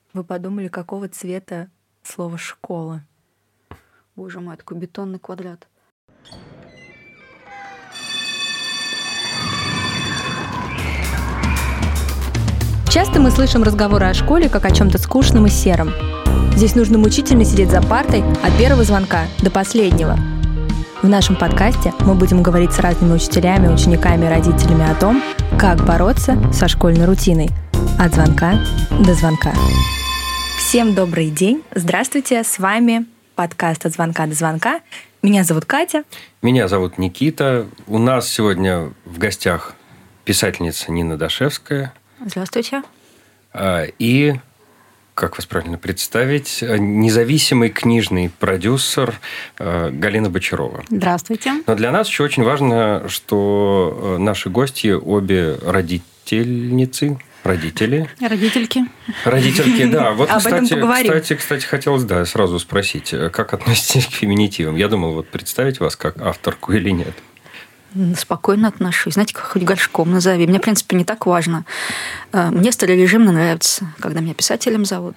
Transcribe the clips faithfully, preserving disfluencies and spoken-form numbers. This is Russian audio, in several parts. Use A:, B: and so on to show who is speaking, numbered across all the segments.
A: Вы подумали, какого цвета слово «школа»?
B: Боже мой, такой бетонный квадрат.
A: Часто мы слышим разговоры о школе как о чем-то скучном и сером. Здесь нужно мучительно сидеть за партой от первого звонка до последнего. В нашем подкасте мы будем говорить с разными учителями, учениками и родителями о том, как бороться со школьной рутиной. От звонка до звонка. Всем добрый день. Здравствуйте, с вами подкаст «От звонка до звонка». Меня зовут Катя.
C: Меня зовут Никита. У нас сегодня в гостях писательница Нина Дашевская.
B: Здравствуйте.
C: И, как вас правильно представить, независимый книжный продюсер Галина Бочарова.
B: Здравствуйте.
C: Но для нас еще очень важно, что наши гости обе родительницы, родители.
B: Родительки.
C: Родительки, да. Вот,
A: Об этом
C: кстати,
A: поговорим.
C: кстати, кстати, хотелось, да, сразу спросить, как относитесь к феминитивам? Я думал, вот представить вас как авторку или нет.
B: Спокойно отношусь. Знаете, как хоть горшком назови. Мне, в принципе, не так важно. Мне старорежимно нравится, когда меня писателем зовут.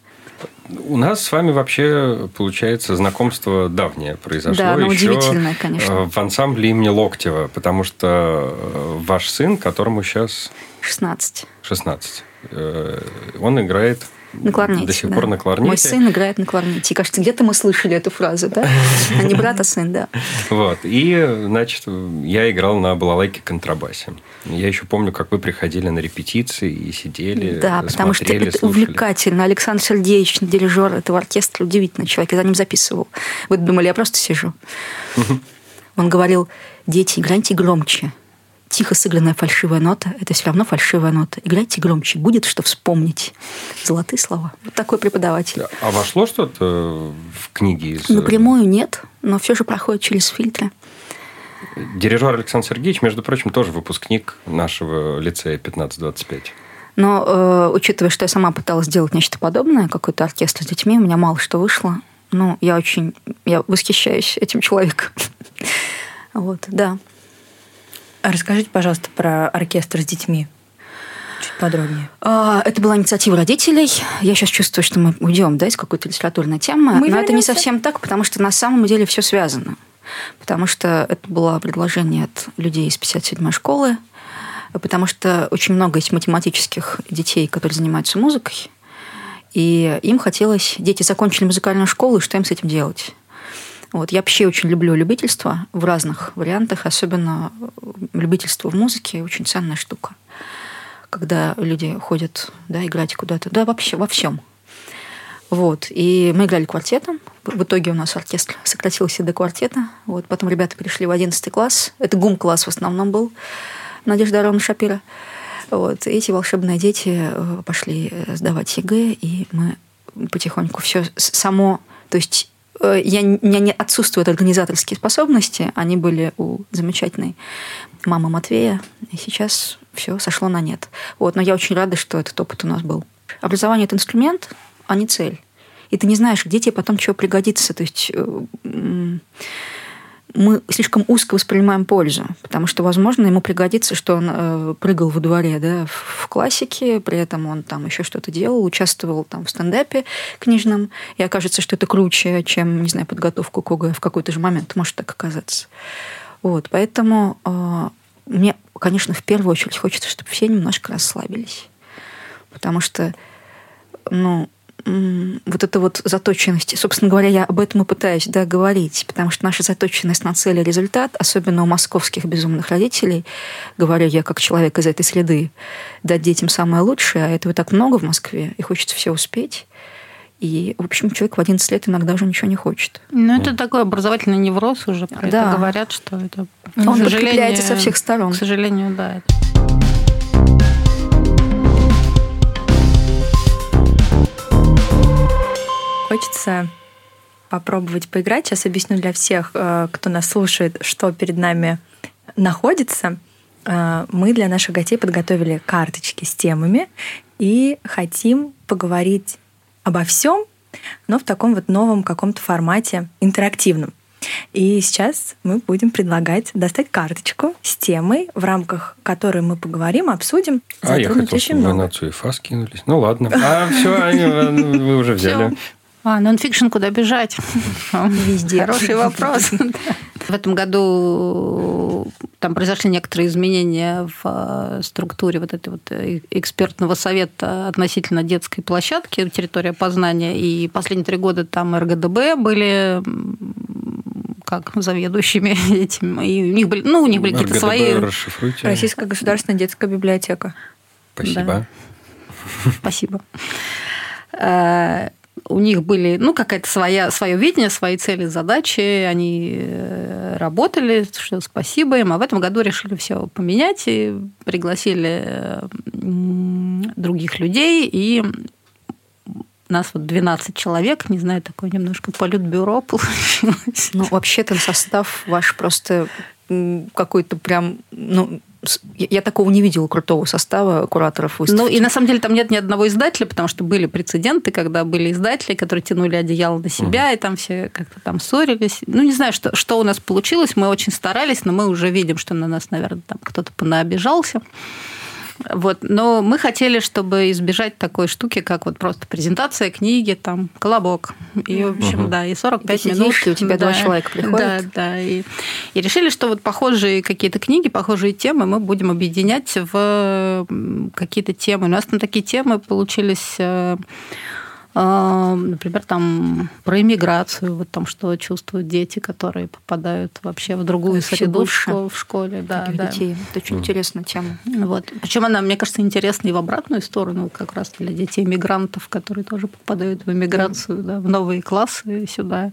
C: У нас с вами вообще, получается, знакомство давнее произошло.
B: Да, оно
C: еще
B: удивительное, конечно.
C: в ансамбле имени Локтева, потому что ваш сын, которому сейчас
B: шестнадцать.
C: шестнадцать, он играет
B: на кларнете,
C: до сих
B: да.
C: пор на кларнете.
B: Мой сын играет на кларнете. И, кажется, где-то мы слышали эту фразу, да? А не брат, а сын, да.
C: Вот. И, значит, я играл на балалайке-контрабасе. Я еще помню, как вы приходили на репетиции и сидели,
B: да, потому
C: смотрели,
B: что это
C: слушали.
B: увлекательно. Александр Сергеевич, дирижер этого оркестра, удивительный человек. Я за ним записывал. Вы думали, я просто сижу. Он говорил: дети, играйте громче. Тихо сыгранная фальшивая нота – это все равно фальшивая нота. Играйте громче, будет что вспомнить. Золотые слова. Вот такой преподаватель.
C: А вошло что-то в книги? Из...
B: Напрямую нет, но все же проходит через фильтры.
C: Дирижер Александр Сергеевич, между прочим, тоже выпускник нашего лицея пятнадцать двадцать пять.
B: Но, э, учитывая, что я сама пыталась сделать нечто подобное, какой-то оркестр с детьми, у меня мало что вышло. Ну, я очень... Я восхищаюсь этим человеком. Вот, да.
A: Расскажите, пожалуйста, про оркестр с детьми. Чуть подробнее.
B: Это была инициатива родителей. Я сейчас чувствую, что мы уйдем, да, из какой-то литературной темы.
A: Мы
B: Но
A: вернемся.
B: Это не совсем так, потому что на самом деле все связано. Потому что это было предложение от людей из пятьдесят седьмой школы, потому что очень много есть математических детей, которые занимаются музыкой, и им хотелось... Дети закончили музыкальную школу, и что им с этим делать? Вот. Я вообще очень люблю любительство в разных вариантах, особенно любительство в музыке – очень ценная штука. Когда люди ходят, да, играть куда-то, да, вообще во всем. Вот. И мы играли квартетом. В итоге у нас оркестр сократился до квартета. Вот. Потом ребята перешли в одиннадцатый класс. Это гум-класс в основном был. Надежда Ароновна Шапира. Вот. И эти волшебные дети пошли сдавать ЕГЭ, и мы потихоньку все само... То есть я, у меня не отсутствуют организаторские способности. Они были у замечательной мамы Матвея. И сейчас все сошло на нет. Вот. Но я очень рада, что этот опыт у нас был. Образование – это инструмент, а не цель. И ты не знаешь, где тебе потом чего пригодится. То есть мы слишком узко воспринимаем пользу, потому что, возможно, ему пригодится, что он э, прыгал во дворе, да, в, в классике, при этом он там еще что-то делал, участвовал там в стендапе книжном, и окажется, что это круче, чем, не знаю, подготовку к ОГЭ в какой-то же момент может так оказаться. Вот, поэтому э, мне, конечно, в первую очередь хочется, чтобы все немножко расслабились, потому что, ну, вот эта вот заточенность, собственно говоря, я об этом и пытаюсь, да, говорить, потому что наша заточенность на цель и результат, особенно у московских безумных родителей, говорю я как человек из этой среды, дать детям самое лучшее, а этого так много в Москве, и хочется все успеть. И, в общем, человек в одиннадцать лет иногда уже ничего не хочет.
D: Ну, это такой образовательный невроз уже. Про
B: да.
D: это говорят, что это...
B: Он подкрепляется со всех сторон.
D: К сожалению, да.
A: Хочется попробовать поиграть. Сейчас объясню для всех, кто нас слушает, что перед нами находится. Мы для наших гостей подготовили карточки с темами и хотим поговорить обо всем, но в таком вот новом каком-то формате интерактивном. И сейчас мы будем предлагать достать карточку с темой, в рамках которой мы поговорим, обсудим.
C: А я хотел, чтобы вы на ЦУЕФА скинулись. Ну, ладно. А, все, вы уже взяли.
D: А, нонфикшн куда бежать?
A: Везде.
D: Хороший вопрос. В этом году там произошли некоторые изменения в структуре вот этой вот экспертного совета относительно детской площадки «Территория познания». И последние три года там эр гэ дэ бэ были как заведующими этим. И у них были, ну, у них были какие-то свои...
C: Расшифруйте.
A: Российская государственная детская библиотека.
C: Спасибо.
D: Да. Спасибо. У них были, ну, какая-то своя, свое видение, свои цели, задачи. Они работали, что спасибо им. А в этом году решили все поменять и пригласили других людей. И нас вот двенадцать человек, не знаю, такое немножко политбюро получилось.
B: Ну, вообще-то состав ваш просто какой-то прям... Ну, я такого не видела, крутого состава кураторов выставки.
D: Ну, и на самом деле там нет ни одного издателя, потому что были прецеденты, когда были издатели, которые тянули одеяло на себя, угу. и там все как-то там ссорились. Ну, не знаю, что, что у нас получилось. Мы очень старались, но мы уже видим, что на нас, наверное, там кто-то понаобижался. Вот. Но мы хотели, чтобы избежать такой штуки, как вот просто презентация книги, там, колобок. И, в общем,
B: угу.
D: да, и сорок пять
B: Ты
D: минут.
B: Сидишь, и у тебя
D: да,
B: два человека приходят.
D: Да, да. И, и решили, что вот похожие какие-то книги, похожие темы мы будем объединять в какие-то темы. У нас там такие темы получились... Например, там про иммиграцию, вот там что чувствуют дети, которые попадают вообще в другую
B: вообще
D: среду
B: больше
D: в школе. Да, да.
B: Детей. Это очень mm. интересная тема.
D: Вот. Причем она, мне кажется, интересна и в обратную сторону, как раз для детей-мигрантов, которые тоже попадают в иммиграцию, mm. да, в новые классы сюда.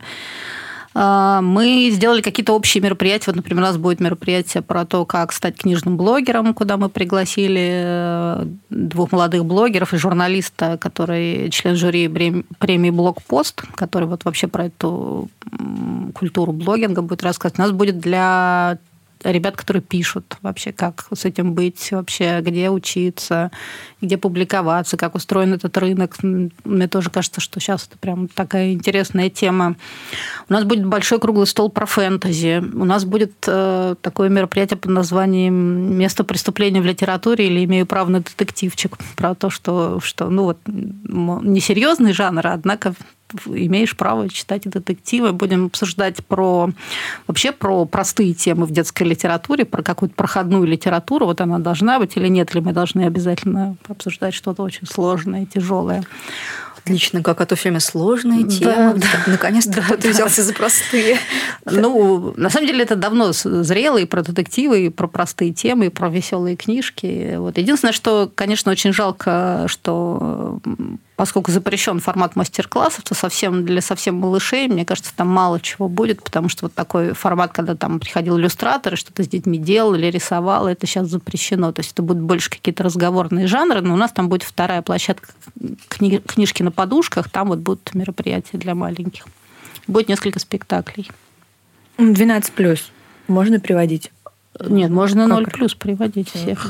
D: Мы сделали какие-то общие мероприятия. Вот, например, у нас будет мероприятие про то, как стать книжным блогером, куда мы пригласили двух молодых блогеров и журналиста, который член жюри премии «Блогпост», который вот вообще про эту культуру блогинга будет рассказывать. У нас будет для ребят, которые пишут вообще, как с этим быть, вообще, где учиться, где публиковаться, как устроен этот рынок. Мне тоже кажется, что сейчас это прям такая интересная тема. У нас будет большой круглый стол про фэнтези. У нас будет э, такое мероприятие под названием «Место преступления в литературе» или «Имею право на детективчик». Про то, что, что ну вот, несерьезный жанр, однако имеешь право читать детективы. Будем обсуждать про вообще про простые темы в детской литературе, про какую-то проходную литературу. Вот она должна быть или нет, или мы должны обязательно обсуждать что-то очень сложное, тяжелое.
B: Отлично, как это время сложные темы.
D: Да, да.
B: Наконец-то
D: да,
B: кто-то
D: да.
B: взялся за простые.
D: Ну, на самом деле, это давно зрело и про детективы, и про простые темы, и про веселые книжки. Вот. Единственное, что, конечно, очень жалко, что поскольку запрещен формат мастер-классов, то совсем для совсем малышей, мне кажется, там мало чего будет, потому что вот такой формат, когда там приходил иллюстратор и что-то с детьми делал или рисовал, это сейчас запрещено. То есть это будут больше какие-то разговорные жанры, но у нас там будет вторая площадка кни- книжки на подушках, там вот будут мероприятия для маленьких. Будет несколько спектаклей.
A: двенадцать плюс можно приводить?
D: Нет, можно ноль плюс приводить всех.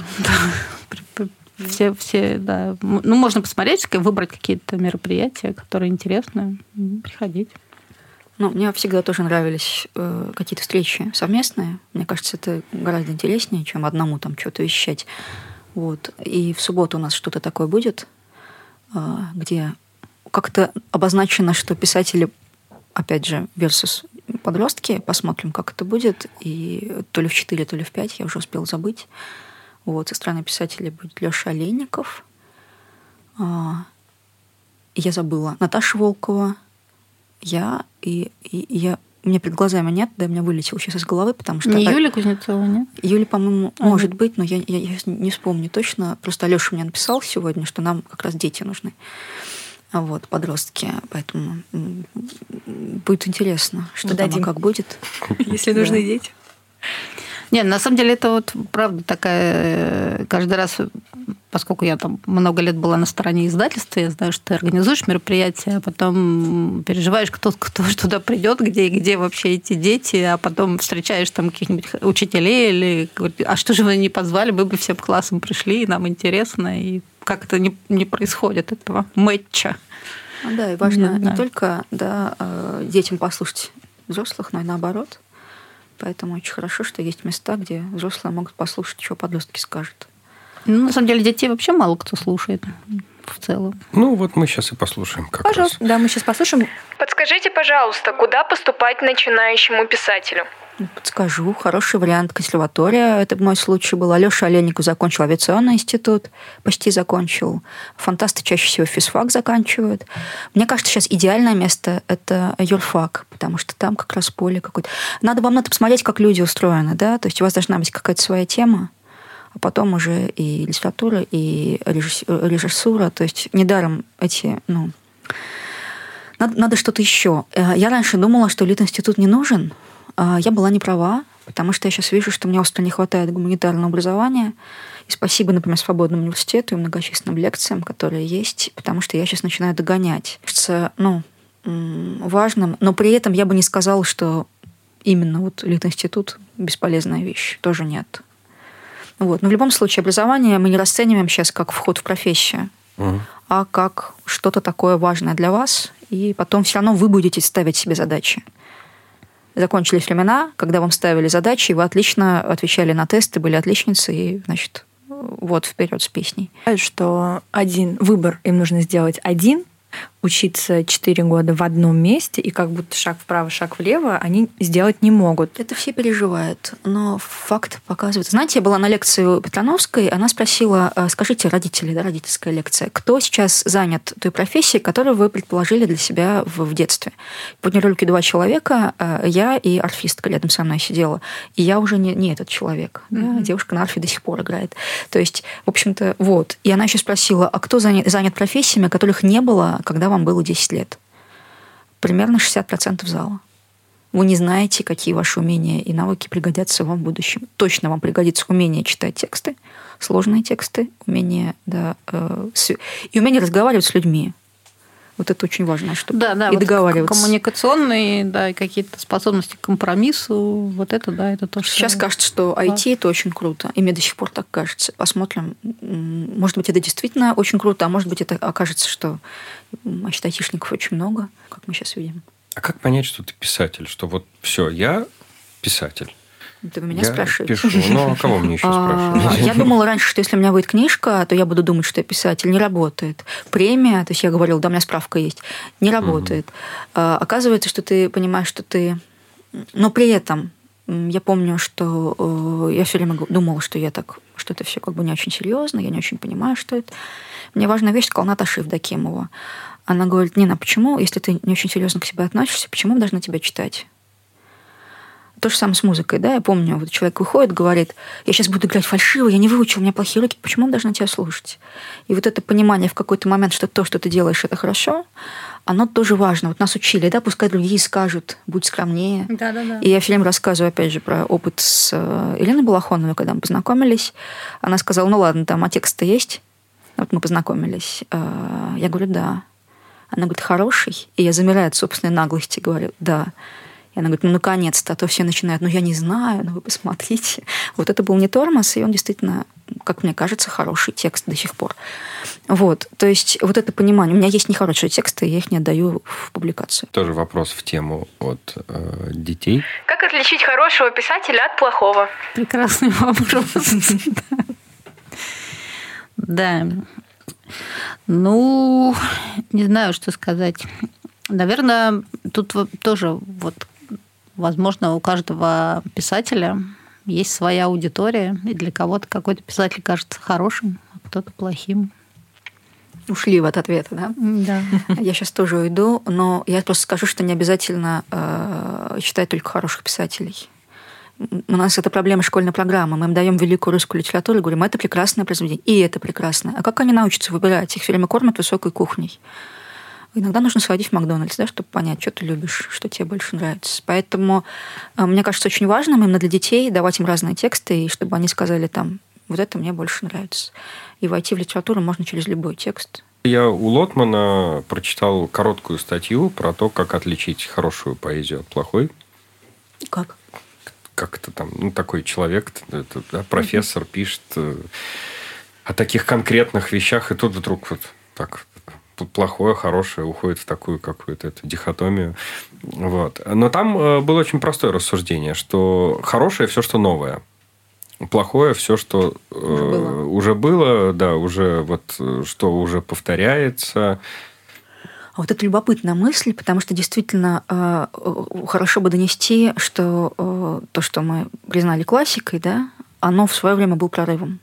D: Все, все, да. Ну, можно посмотреть, выбрать какие-то мероприятия, которые интересны, приходить.
B: Ну, мне всегда тоже нравились э, какие-то встречи совместные. Мне кажется, это гораздо интереснее, чем одному там что-то вещать. Вот. И в субботу у нас что-то такое будет, э, где как-то обозначено, что писатели, опять же, versus подростки. Посмотрим, как это будет. И то ли в четыре, то ли в пять, я уже успела забыть. Вот, со стороны писателей будет Лёша Олейников. А, я забыла. Наташа Волкова. Я и, и, и я... У меня перед глазами нет, да, у меня вылетело сейчас из головы, потому что...
D: Не Юлия Кузнецова, нет?
B: Юля, по-моему,
D: а,
B: может
D: нет.
B: быть, но я, я, я не вспомню точно. Просто Алёша мне написал сегодня, что нам как раз дети нужны. Вот, подростки. Поэтому будет интересно, что там и как будет.
A: Если нужны дети.
D: Нет, на самом деле это вот правда такая... Каждый раз, поскольку я там много лет была на стороне издательства, я знаю, что ты организуешь мероприятие, а потом переживаешь, кто, кто туда придет, где и где вообще эти дети, а потом встречаешь там каких-нибудь учителей или говоришь, а что же вы не позвали, вы бы всем классом пришли, и нам интересно, и как это не, не происходит, этого мэтча.
B: А, да, и важно
D: да,
B: не
D: да.
B: только да, детям послушать взрослых, но и наоборот. Поэтому очень хорошо, что есть места, где взрослые могут послушать, что подростки скажут.
D: Ну, на самом деле, детей вообще мало кто слушает в целом.
C: Ну, вот мы сейчас и послушаем как
A: Пожалуйста,
C: раз.
A: да, мы сейчас послушаем.
E: Подскажите, пожалуйста, куда поступать начинающему писателю?
B: Подскажу. Хороший вариант. Консерватория. Это мой случай был. Алеша Олейников закончил авиационный институт. Почти закончил. Фантасты чаще всего физфак заканчивают. Мне кажется, сейчас идеальное место – это юрфак, потому что там как раз поле какое-то. Надо вам надо посмотреть, как люди устроены, да? То есть у вас должна быть какая-то своя тема, а потом уже и литература, и режиссура. То есть недаром эти, ну... Надо, надо что-то еще. Я раньше думала, что Литинститут не нужен. Я была не права, потому что я сейчас вижу, что мне остро не хватает гуманитарного образования. И спасибо, например, Свободному университету и многочисленным лекциям, которые есть, потому что я сейчас начинаю догонять. Кажется, ну, важным, но при этом я бы не сказала, что именно вот Литинститут бесполезная вещь. Тоже нет. Вот. Но в любом случае образование мы не расцениваем сейчас как вход в профессию, угу. а как что-то такое важное для вас, и потом все равно вы будете ставить себе задачи. Закончились времена, когда вам ставили задачи, и вы отлично отвечали на тесты, были отличницей, и, значит, вот вперед с песней.
A: Что один выбор им нужно сделать один, учиться четыре года в одном месте, и как будто шаг вправо, шаг влево они сделать не могут.
B: Это все переживают, но факт показывает. Знаете, я была на лекции у Петрановской, она спросила, скажите, родители, да, родительская лекция, кто сейчас занят той профессией, которую вы предположили для себя в, в детстве? Подняли руки два человека, я и арфистка рядом со мной сидела, и я уже не, не этот человек. Mm-hmm. Да, девушка на арфе до сих пор играет. То есть, в общем-то, вот. И она еще спросила, а кто занят, занят профессиями, которых не было, когда вам было десять лет? Примерно шестьдесят процентов зала. Вы не знаете, какие ваши умения и навыки пригодятся вам в будущем. Точно вам пригодится умение читать тексты, сложные тексты, умение, да, э, с... и умение разговаривать с людьми. Вот это очень важная штука.
D: Да, да,
B: и
D: вот
B: договариваться.
D: Коммуникационные, да, и какие-то способности к компромиссу, вот это, да, это то, что...
B: Сейчас кажется, что ай ти – это очень круто, и мне до сих пор так кажется. Посмотрим. Может быть, это действительно очень круто, а может быть, это окажется, что значит, айтишников очень много, как мы сейчас видим.
C: А как понять, что ты писатель? Что вот все, я писатель.
B: Это вы меня
C: я
B: спрашиваете?
C: Пишу. Ну, а кого мне еще спрашивать?
B: Я думала раньше, что если у меня будет книжка, то я буду думать, что я писатель. Не работает. Премия, то есть я говорила, да, у меня справка есть. Не работает. Угу. Оказывается, что ты понимаешь, что ты... Но при этом я помню, что я все время думала, что я так, что это все как бы не очень серьезно, я не очень понимаю, что это. Мне важная вещь сказала Наташа Евдокимова. Она говорит, Нина, почему, если ты не очень серьезно к себе относишься, почему мы должны тебя читать? То же самое с музыкой, да, я помню, вот человек выходит, говорит, я сейчас буду играть фальшиво, я не выучил, у меня плохие руки, почему он должен тебя слушать? И вот это понимание в какой-то момент, что то, что ты делаешь, это хорошо, оно тоже важно. Вот нас учили, да, пускай другие скажут, будь скромнее.
D: Да, да, да.
B: И я все время рассказываю, опять же, про опыт с Еленой Балахоновой, когда мы познакомились. Она сказала, ну ладно, там, а текст-то есть? Вот мы познакомились. Я говорю, да. Она говорит, хороший? И я замираю от собственной наглости, говорю, да. И она говорит, ну, наконец-то, а то все начинают, ну, я не знаю, ну, вы посмотрите. Вот это был не тормоз, и он действительно, как мне кажется, хороший текст до сих пор. Вот, то есть вот это понимание. У меня есть нехорошие тексты, я их не отдаю в публикацию.
C: Тоже вопрос в тему от э, детей.
E: Как отличить хорошего писателя от плохого?
D: Прекрасный вопрос. Да. Ну, не знаю, что сказать. Наверное, тут тоже вот возможно, у каждого писателя есть своя аудитория, и для кого-то какой-то писатель кажется хорошим, а кто-то плохим.
B: Ушли от ответа, да?
D: Да.
B: Я сейчас тоже уйду, но я просто скажу, что не обязательно э, читать только хороших писателей. У нас это проблема школьной программы. Мы им даем великую русскую литературу и говорим, это прекрасное произведение, и это прекрасное. А как они научатся выбирать? Их все время кормят высокой кухней. Иногда нужно сходить в Макдональдс, да, чтобы понять, что ты любишь, что тебе больше нравится. Поэтому мне кажется очень важным именно для детей давать им разные тексты, и чтобы они сказали там, вот это мне больше нравится. И войти в литературу можно через любой текст.
C: Я у Лотмана прочитал короткую статью про то, как отличить хорошую поэзию от плохой.
B: Как?
C: Как это там, ну, такой человек, это, да, профессор mm-hmm. пишет о таких конкретных вещах, и тут вдруг вот так плохое, хорошее уходит в такую какую-то эту дихотомию. Вот. Но там было очень простое рассуждение, что хорошее все, что новое. Плохое все, что уже было. уже было, да, уже вот что уже повторяется.
B: А вот это любопытная мысль, потому что действительно э, хорошо бы донести, что э, то, что мы признали классикой, да, оно в свое время было прорывом.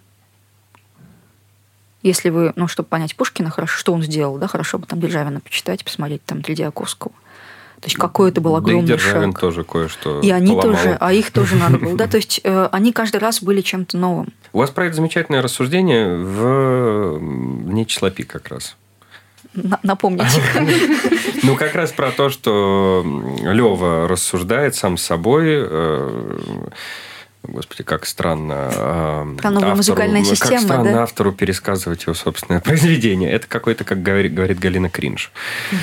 B: Если вы, ну, чтобы понять Пушкина, хорошо, что он сделал, да, хорошо бы там Державина почитать, посмотреть там Тредиаковского. То есть какой это был огромный
C: да и Державин
B: шаг.
C: тоже кое-что
B: И они
C: поломал.
B: тоже, а их тоже надо было, да, то есть э, они каждый раз были чем-то новым.
C: У вас про это замечательное рассуждение в «Дне числа пи» как раз.
B: Напомните.
C: Ну, как раз про то, что Лёва рассуждает сам с собой. Господи, как странно.
B: Про новую музыкальную систему,
C: как странно
B: да?
C: автору пересказывать его собственное произведение. Это какой-то, как говорит, говорит Галина, кринж.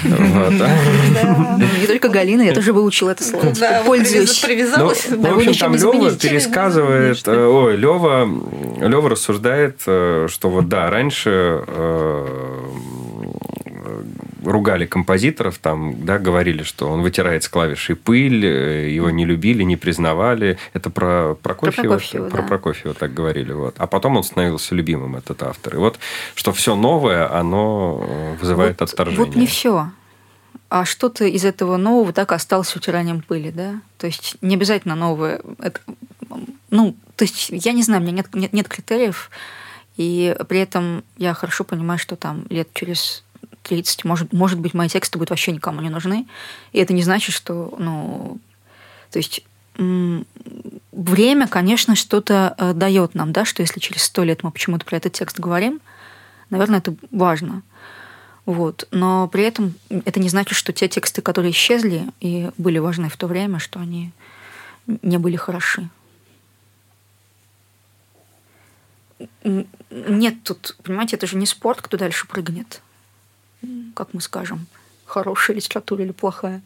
B: Не только Галина, я тоже выучила это слово. Пользуюсь.
D: Привязалась.
C: В общем, там Лёва пересказывает... Ой, Лёва Лёва рассуждает, что вот да, раньше ругали композиторов, там, да, говорили, что он вытирает с клавишей пыль, его не любили, не признавали. Это про Прокофьева?
B: Про Прокофьева,
C: про
B: да.
C: Прокофьева так говорили. Вот. А потом он становился любимым, этот автор. И вот, что все новое, оно вызывает
B: вот,
C: отторжение.
B: Вот не все. А что-то из этого нового так осталось утиранием пыли, да? То есть не обязательно новое. Это, ну, то есть я не знаю, у меня нет, нет, нет критериев, и при этом я хорошо понимаю, что там лет через тридцать, может, может быть, мои тексты будут вообще никому не нужны. И это не значит, что, ну, то есть м- время, конечно, что-то э, дает нам, да, что если через сто лет мы почему-то про этот текст говорим, наверное, это важно. Вот. Но при этом это не значит, что те тексты, которые исчезли и были важны в то время, что они не были хороши. Нет тут, понимаете, это же не спорт, кто дальше прыгнет. Как мы скажем, хорошая литература или плохая?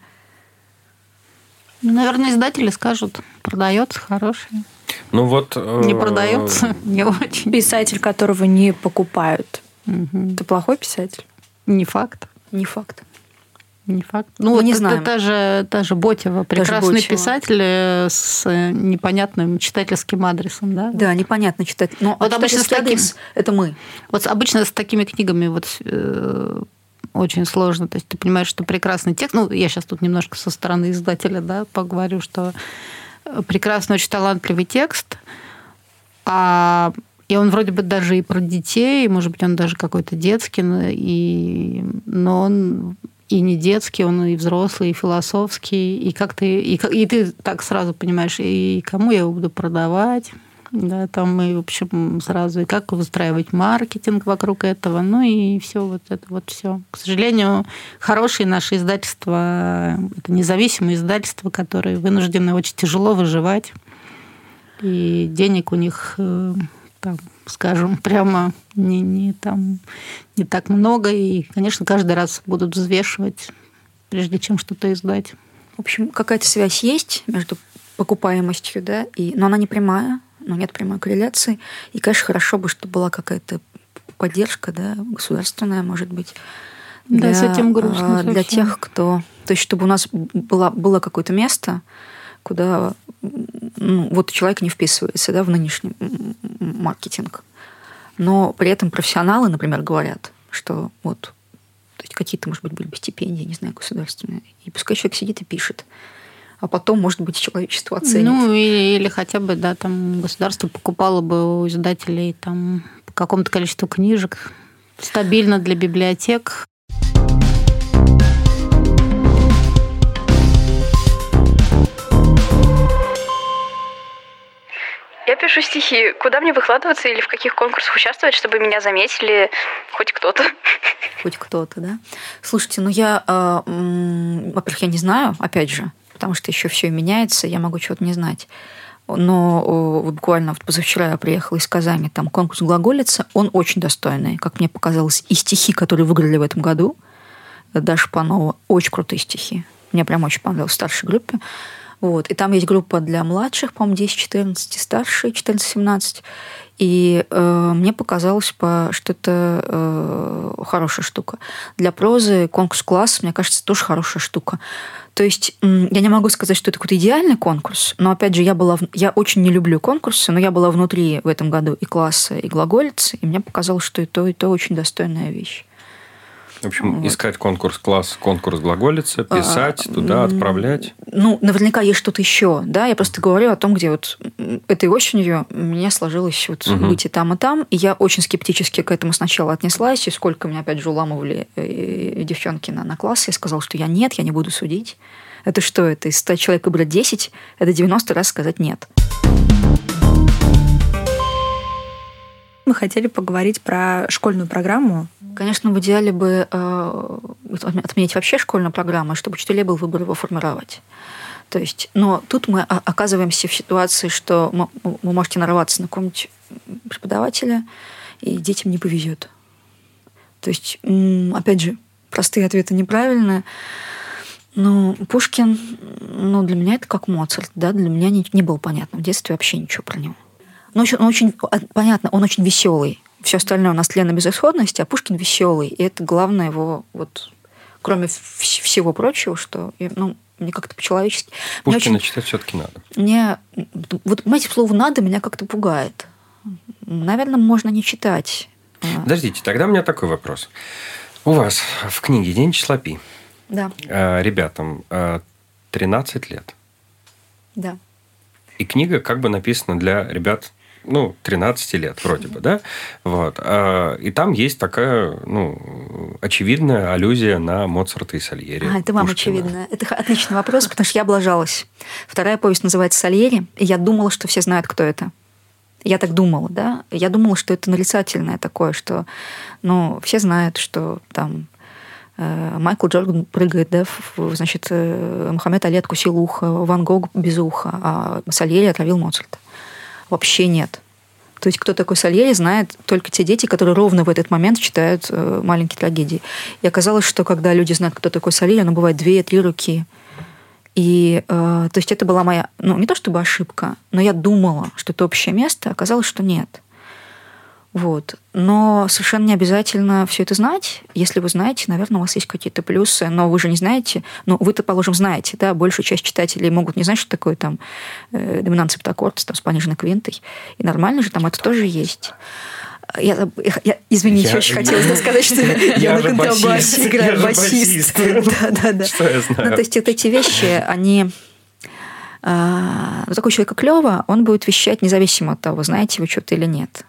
D: Наверное, издатели скажут, продается хорошая.
C: Ну вот...
D: Не продается, не очень.
A: Писатель, которого не покупают.
D: Угу.
A: Это плохой писатель?
D: Не факт.
B: Не факт.
D: Не факт. Ну,
B: Мы
D: вот
B: не
D: это,
B: знаем.
D: Та же, та же Ботева, прекрасный
B: Ботева.
D: писатель с непонятным читательским адресом, да?
B: Да, непонятно читать. Но
D: вот обычно с таким...
B: это мы.
D: Вот обычно с такими книгами вот э, очень сложно. То есть ты понимаешь, что прекрасный текст... Ну, я сейчас тут немножко со стороны издателя, да, поговорю, что прекрасный, очень талантливый текст, а... и он вроде бы даже и про детей, может быть, он даже какой-то детский, и... но он и не детский, он и взрослый, и философский, и как ты, и, и ты так сразу понимаешь, и кому я его буду продавать, да, там и, в общем, сразу, и как выстраивать маркетинг вокруг этого, ну и все вот это вот все. К сожалению, хорошие наши издательства, это независимые издательства, которые вынуждены очень тяжело выживать, и денег у них, там, скажем, прямо не, не, там, не так много. И, конечно, каждый раз будут взвешивать, прежде чем что-то издать.
B: В общем, какая-то связь есть между покупаемостью, да, и... но она не прямая, но нет прямой корреляции. И, конечно, хорошо бы, чтобы была какая-то поддержка, да, государственная, может быть.
D: Да,
B: для,
D: с этим грустно.
B: Для совсем. Тех, кто... То есть, чтобы у нас было, было какое-то место, куда... Ну, вот человек не вписывается, да, в нынешний маркетинг. Но при этом профессионалы, например, говорят, что вот то есть какие-то, может быть, были бы стипендии, не знаю, государственные. И пускай человек сидит и пишет. А потом, может быть, человечество оценит.
D: Ну, или, или хотя бы, да, там государство покупало бы у издателей там по какому-то количеству книжек стабильно для библиотек.
E: Я пишу стихи. Куда мне выкладываться или в каких конкурсах участвовать, чтобы меня заметили хоть кто-то?
B: Хоть кто-то, да? Слушайте, ну я, э, м, во-первых, я не знаю, опять же, потому что еще все меняется, я могу чего-то не знать. Но о, буквально вот позавчера я приехала из Казани, там конкурс «Глаголица», он очень достойный, как мне показалось, и стихи, которые выиграли в этом году, Даша Панова, очень крутые стихи. Мне прям очень понравилось в старшей группе. Вот. И там есть группа для младших, по-моему, десять-четырнадцать, и старшие четырнадцать-семнадцать. И э, мне показалось, по, что это э, хорошая штука. Для прозы конкурс-класс, мне кажется, тоже хорошая штука. То есть я не могу сказать, что это какой-то идеальный конкурс, но, опять же, я, была, я очень не люблю конкурсы, но я была внутри в этом году и класса, и глаголицы, и мне показалось, что и то, и то очень достойная вещь.
C: В общем, вот. Искать конкурс-класс, конкурс глаголицы, писать, а, туда отправлять.
B: Ну, наверняка есть что-то еще, да. Я просто говорю о том, где вот этой осенью у меня сложилось вот угу. быть и там, и там. И я очень скептически к этому сначала отнеслась. И сколько меня, опять же, уламывали девчонки на, на класс, я сказала, что я нет, я не буду судить. Это что? Это из ста человек выбрать десять? Это девяносто раз сказать нет.
A: Мы хотели поговорить про школьную программу.
B: Конечно, в идеале бы э, отменить вообще школьную программу, чтобы учителей был выбор его формировать. То есть, но тут мы оказываемся в ситуации, что мы, вы можете нарваться на какого-нибудь преподавателя, и детям не повезет. То есть, опять же, простые ответы неправильные. Но Пушкин, ну, для меня это как Моцарт, да, для меня не, не было понятно в детстве вообще ничего про него. Но очень, он очень понятно, он очень веселый. Все остальное у нас тлен и безысходность, а Пушкин веселый. И это главное его, вот, кроме всего прочего, что, ну, мне как-то по-человечески...
C: Пушкина
B: очень,
C: читать все-таки надо.
B: Мне, вот, понимаете, слово «надо» меня как-то пугает. Наверное, можно не читать.
C: Подождите, тогда у меня такой вопрос. У вас в книге «День числа Пи»
B: да.
C: ребятам тринадцать лет.
B: Да.
C: И книга как бы написана для ребят... ну, тринадцать лет вроде бы, да? Вот. И там есть такая, ну, очевидная аллюзия на Моцарта и Сальери.
B: А, это вам
C: Пушкина.
B: очевидно. Это отличный вопрос, потому что я облажалась. Вторая повесть называется «Сальери», и я думала, что все знают, кто это. Я так думала, да? Я думала, что это нарицательное такое, что, ну, все знают, что там Майкл Джордан прыгает, да, значит, Мухаммед Али откусил ухо, Ван Гог без уха, а Сальери отравил Моцарта. Вообще нет. То есть, кто такой Сальери, знают только те дети, которые ровно в этот момент читают маленькие трагедии. И оказалось, что когда люди знают, кто такой Сальери, оно бывает две-три руки. И, э, то есть, это была моя, ну, не то чтобы ошибка, но я думала, что это общее место, оказалось, что нет. Вот. Но совершенно не обязательно все это знать. Если вы знаете, наверное, у вас есть какие-то плюсы, но вы же не знаете. Ну, вы-то, положим, знаете, да, большую часть читателей могут не знать, что такое там э, доминант септаккорд там, с пониженной квинтой. И нормально же там это тоже есть. Я, я, извините, я, очень я, хотелось я, сказать, что я, я на контрабасе играю басист. Да, да, да.
C: Что я знаю?
B: Ну, то есть вот эти вещи, они... Ну, такой человек, как Лёва, он будет вещать независимо от того, знаете вы что-то или нет.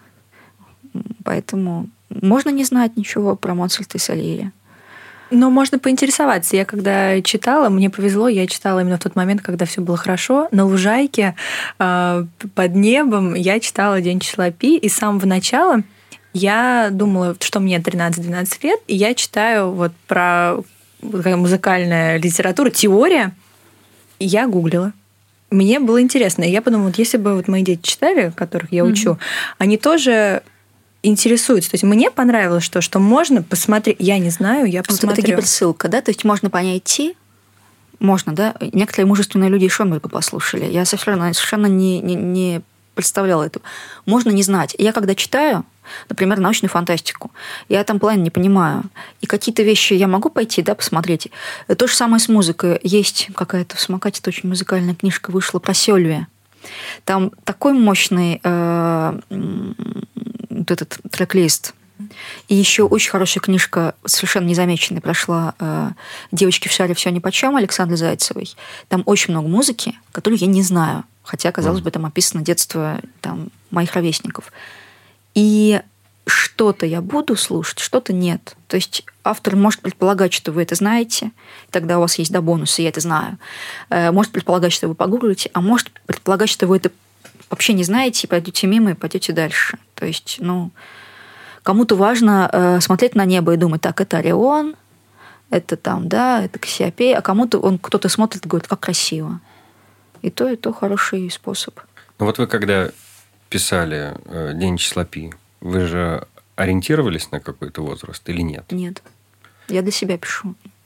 B: Поэтому можно не знать ничего про Моцарта и Сальери.
A: Но можно поинтересоваться. Я когда читала, мне повезло, я читала именно в тот момент, когда все было хорошо. На лужайке э, под небом я читала «День числа Пи», и с самого начала я думала, что мне тринадцать-двенадцать лет, и я читаю вот про музыкальная литература, теория, и я гуглила. Мне было интересно. И я подумала, вот если бы вот мои дети читали, которых я учу, mm-hmm. они тоже... интересуются. То есть мне понравилось, что, что можно посмотреть. Я не знаю, я посмотрю.
B: Вот это гиперссылка, да? То есть можно по ней идти, можно, да? Некоторые мужественные люди и Шонберга послушали. Я совершенно, совершенно не, не, не представляла этого. Можно не знать. Я когда читаю, например, научную фантастику, я там половину не понимаю. И какие-то вещи я могу пойти, да, посмотреть. То же самое с музыкой. Есть какая-то в самокате очень музыкальная книжка вышла про Сёльве. Там такой мощный э, вот этот трек-лист. И еще очень хорошая книжка, совершенно незамеченная, прошла э, «Девочки в шаре все нипочем» Александры Зайцевой. Там очень много музыки, которую я не знаю. Хотя, казалось бы, там описано детство там, моих ровесников. И что-то я буду слушать, что-то нет. То есть автор может предполагать, что вы это знаете, и тогда у вас есть, да, бонусы, я это знаю. Может предполагать, что вы погуглите, а может предполагать, что вы это вообще не знаете, и пойдете мимо, и пойдете дальше. То есть, ну, кому-то важно смотреть на небо и думать, так, это Орион, это там, да, это Кассиопея, а кому-то он кто-то смотрит и говорит, как красиво. И то, и то хороший способ.
C: Ну вот вы когда писали «День числа Пи», вы же ориентировались на какой-то возраст или нет?
B: Нет. Я для себя пишу.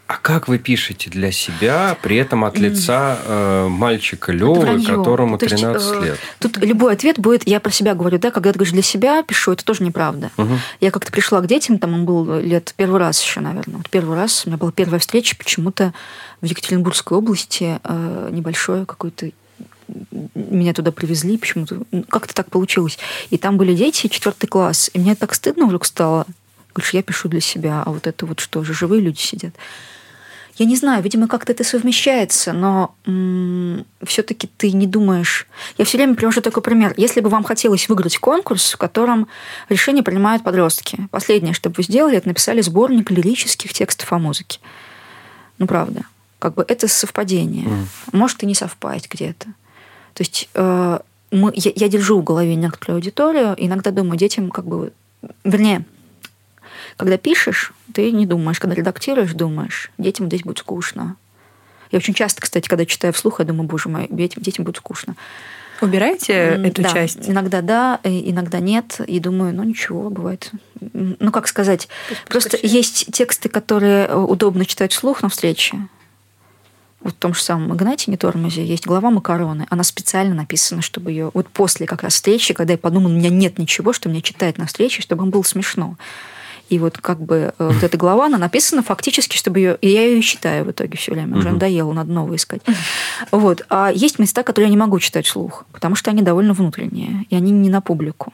C: А как вы пишете для себя, при этом от лица э, мальчика Лёвы, которому тринадцать есть, лет?
B: Тут любой ответ будет, я про себя говорю, да, когда ты говоришь для себя пишу, это тоже неправда. Угу. Я как-то пришла к детям, там он был лет первый раз еще, наверное. Вот первый раз, у меня была первая встреча почему-то в Екатеринбургской области, э, небольшое какое-то, меня туда привезли, почему-то, как-то так получилось. И там были дети, четвертый класс, и мне так стыдно вдруг стало. Говоришь, я пишу для себя, а вот это вот что же, живые люди сидят. Я не знаю, видимо, как-то это совмещается, но м- все-таки ты не думаешь... Я все время привожу такой пример. Если бы вам хотелось выиграть конкурс, в котором решения принимают подростки, последнее, что бы вы сделали, это написали сборник лирических текстов о музыке. Ну, правда. Как бы это совпадение. Mm. Может и не совпасть где-то. То есть э- мы, я, я держу в голове некоторую аудиторию, иногда думаю, детям как бы... Вернее, когда пишешь, ты не думаешь. Когда редактируешь, думаешь. Детям здесь будет скучно. Я очень часто, кстати, когда читаю вслух, я думаю, боже мой, детям, детям будет скучно.
A: Убираете эту
B: да,
A: часть?
B: Иногда да, иногда нет. И думаю, ну ничего, бывает. Ну, как сказать, Пусть просто почти. Есть тексты, которые удобно читать вслух на встрече. Вот в том же самом Игнатии Нетормозе есть глава «Макароны». Она специально написана, чтобы ее... Вот после как раз встречи, когда я подумала, у меня нет ничего, что мне читать на встрече, чтобы им было смешно. И вот как бы вот эта глава, она написана фактически, чтобы ее... И я ее читаю в итоге все время. Уже надоело, надо новое искать. Вот. А есть места, которые я не могу читать вслух, потому что они довольно внутренние, и они не на публику.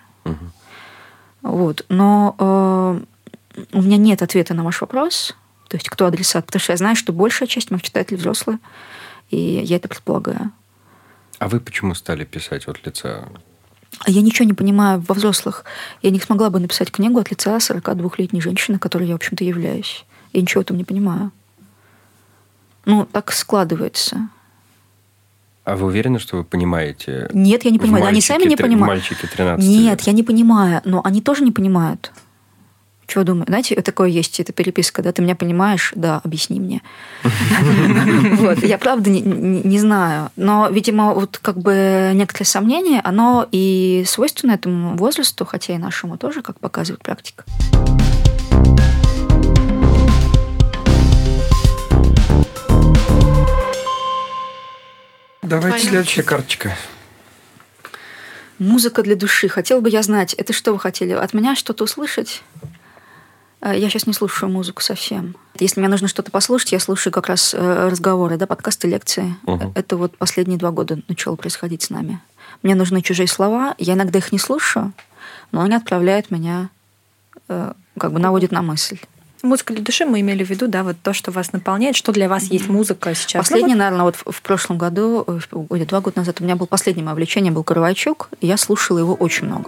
B: Вот. Но э, у меня нет ответа на ваш вопрос, то есть кто адресат, потому что я знаю, что большая часть моих читателей взрослые, и я это предполагаю.
C: А вы почему стали писать от лица?
B: Я ничего не понимаю во взрослых. Я не смогла бы написать книгу от лица сорокадвухлетней женщины, которой я, в общем-то, являюсь. Я ничего в этом не понимаю. Ну, так складывается.
C: А вы уверены, что вы понимаете?
B: Нет, я не понимаю. Они сами не понимают.
C: Мальчики тринадцати
B: Нет,
C: лет.
B: я не понимаю. Но они тоже не понимают. Чего думаю? Знаете, такое есть, это переписка, да, ты меня понимаешь? Да, объясни мне. Вот, я правда не, не, не знаю. Но, видимо, вот как бы некоторое сомнение, оно и свойственно этому возрасту, хотя и нашему тоже, как показывает практика.
C: Давайте Понятно. Следующая карточка.
B: Музыка для души. Хотела бы я знать, это что вы хотели? От меня что-то услышать? Я сейчас не слушаю музыку совсем. Если мне нужно что-то послушать, я слушаю как раз разговоры, да, подкасты, лекции. Угу. Это вот последние два года начало происходить с нами. Мне нужны чужие слова, я иногда их не слушаю, но они отправляют меня, как бы наводят на мысль.
A: Музыка для души мы имели в виду, да, вот то, что вас наполняет, что для вас есть музыка сейчас.
B: Последний,
A: ну, вот...
B: наверное, вот в прошлом году, или два года назад, у меня был последнее мое увлечение, был Каравайчук, и я слушала его очень много.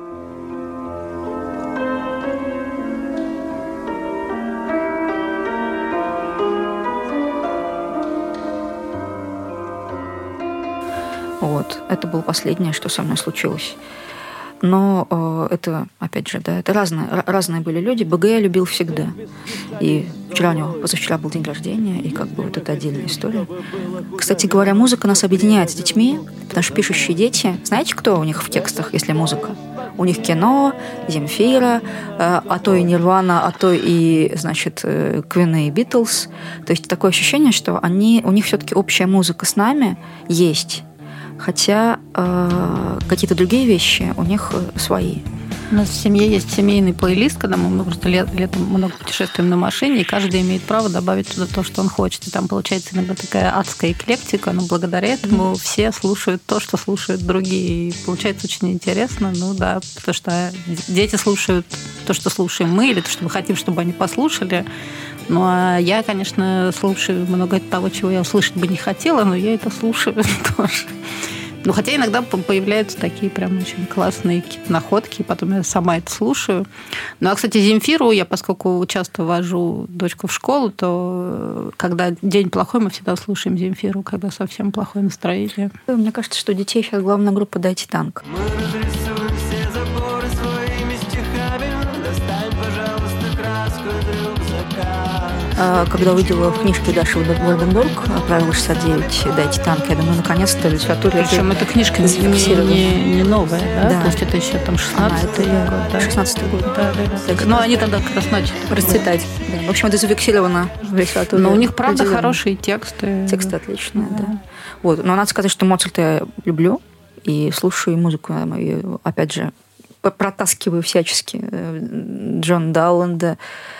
B: Вот, это было последнее, что со мной случилось. Но э, это, опять же, да, это разные, разные были люди. БГ я любил всегда. И вчера у него, позавчера был день рождения, и как бы вот это отдельная история. Кстати говоря, музыка нас объединяет с детьми, потому что пишущие дети, знаете, кто у них в текстах, если музыка? У них кино, Земфира, э, а то и Нирвана, а то и, значит, Queen и Beatles. То есть такое ощущение, что они, у них все-таки общая музыка с нами есть. Хотя э, какие-то другие вещи у них свои.
D: У нас в семье есть семейный плейлист, когда мы просто лет, летом много путешествуем на машине, и каждый имеет право добавить туда то, что он хочет. И там получается иногда такая адская эклектика, но благодаря этому mm-hmm. все слушают то, что слушают другие. И получается очень интересно, ну да, потому что дети слушают то, что слушаем мы, или то, что мы хотим, чтобы они послушали. Ну, а я, конечно, слушаю много того, чего я услышать бы не хотела, но я это слушаю тоже. Ну, хотя иногда появляются такие прям очень классные какие-то находки, и потом я сама это слушаю. Ну, а, кстати, Земфиру я, поскольку часто вожу дочку в школу, то когда день плохой, мы всегда слушаем Земфиру, когда совсем плохое настроение.
B: Мне кажется, что у детей сейчас главная группа «Дайте танк».
F: Мы разрисуем все заборы своими стихами. Достань, пожалуйста, краску из рюкзака.
B: Когда увидела в книжке Даши Варденбург «Правило шестьдесят девять. Дайте танк», я думаю, наконец-то в литературе...
D: Причем эта книжка не, не, не новая, да?
B: Да.
D: То есть это еще там шестнадцатый год, да?
B: шестнадцатый год.
D: Да, да, да. Ну, они тогда как раз начали
B: расцветать. Да. В общем, это зафиксировано в литературе.
D: Но у них, правда, хорошие тексты.
B: Тексты отличные, да. да. Вот. Но надо сказать, что Моцарта я люблю и слушаю музыку. И, опять же, протаскиваю всячески Джон Далленда.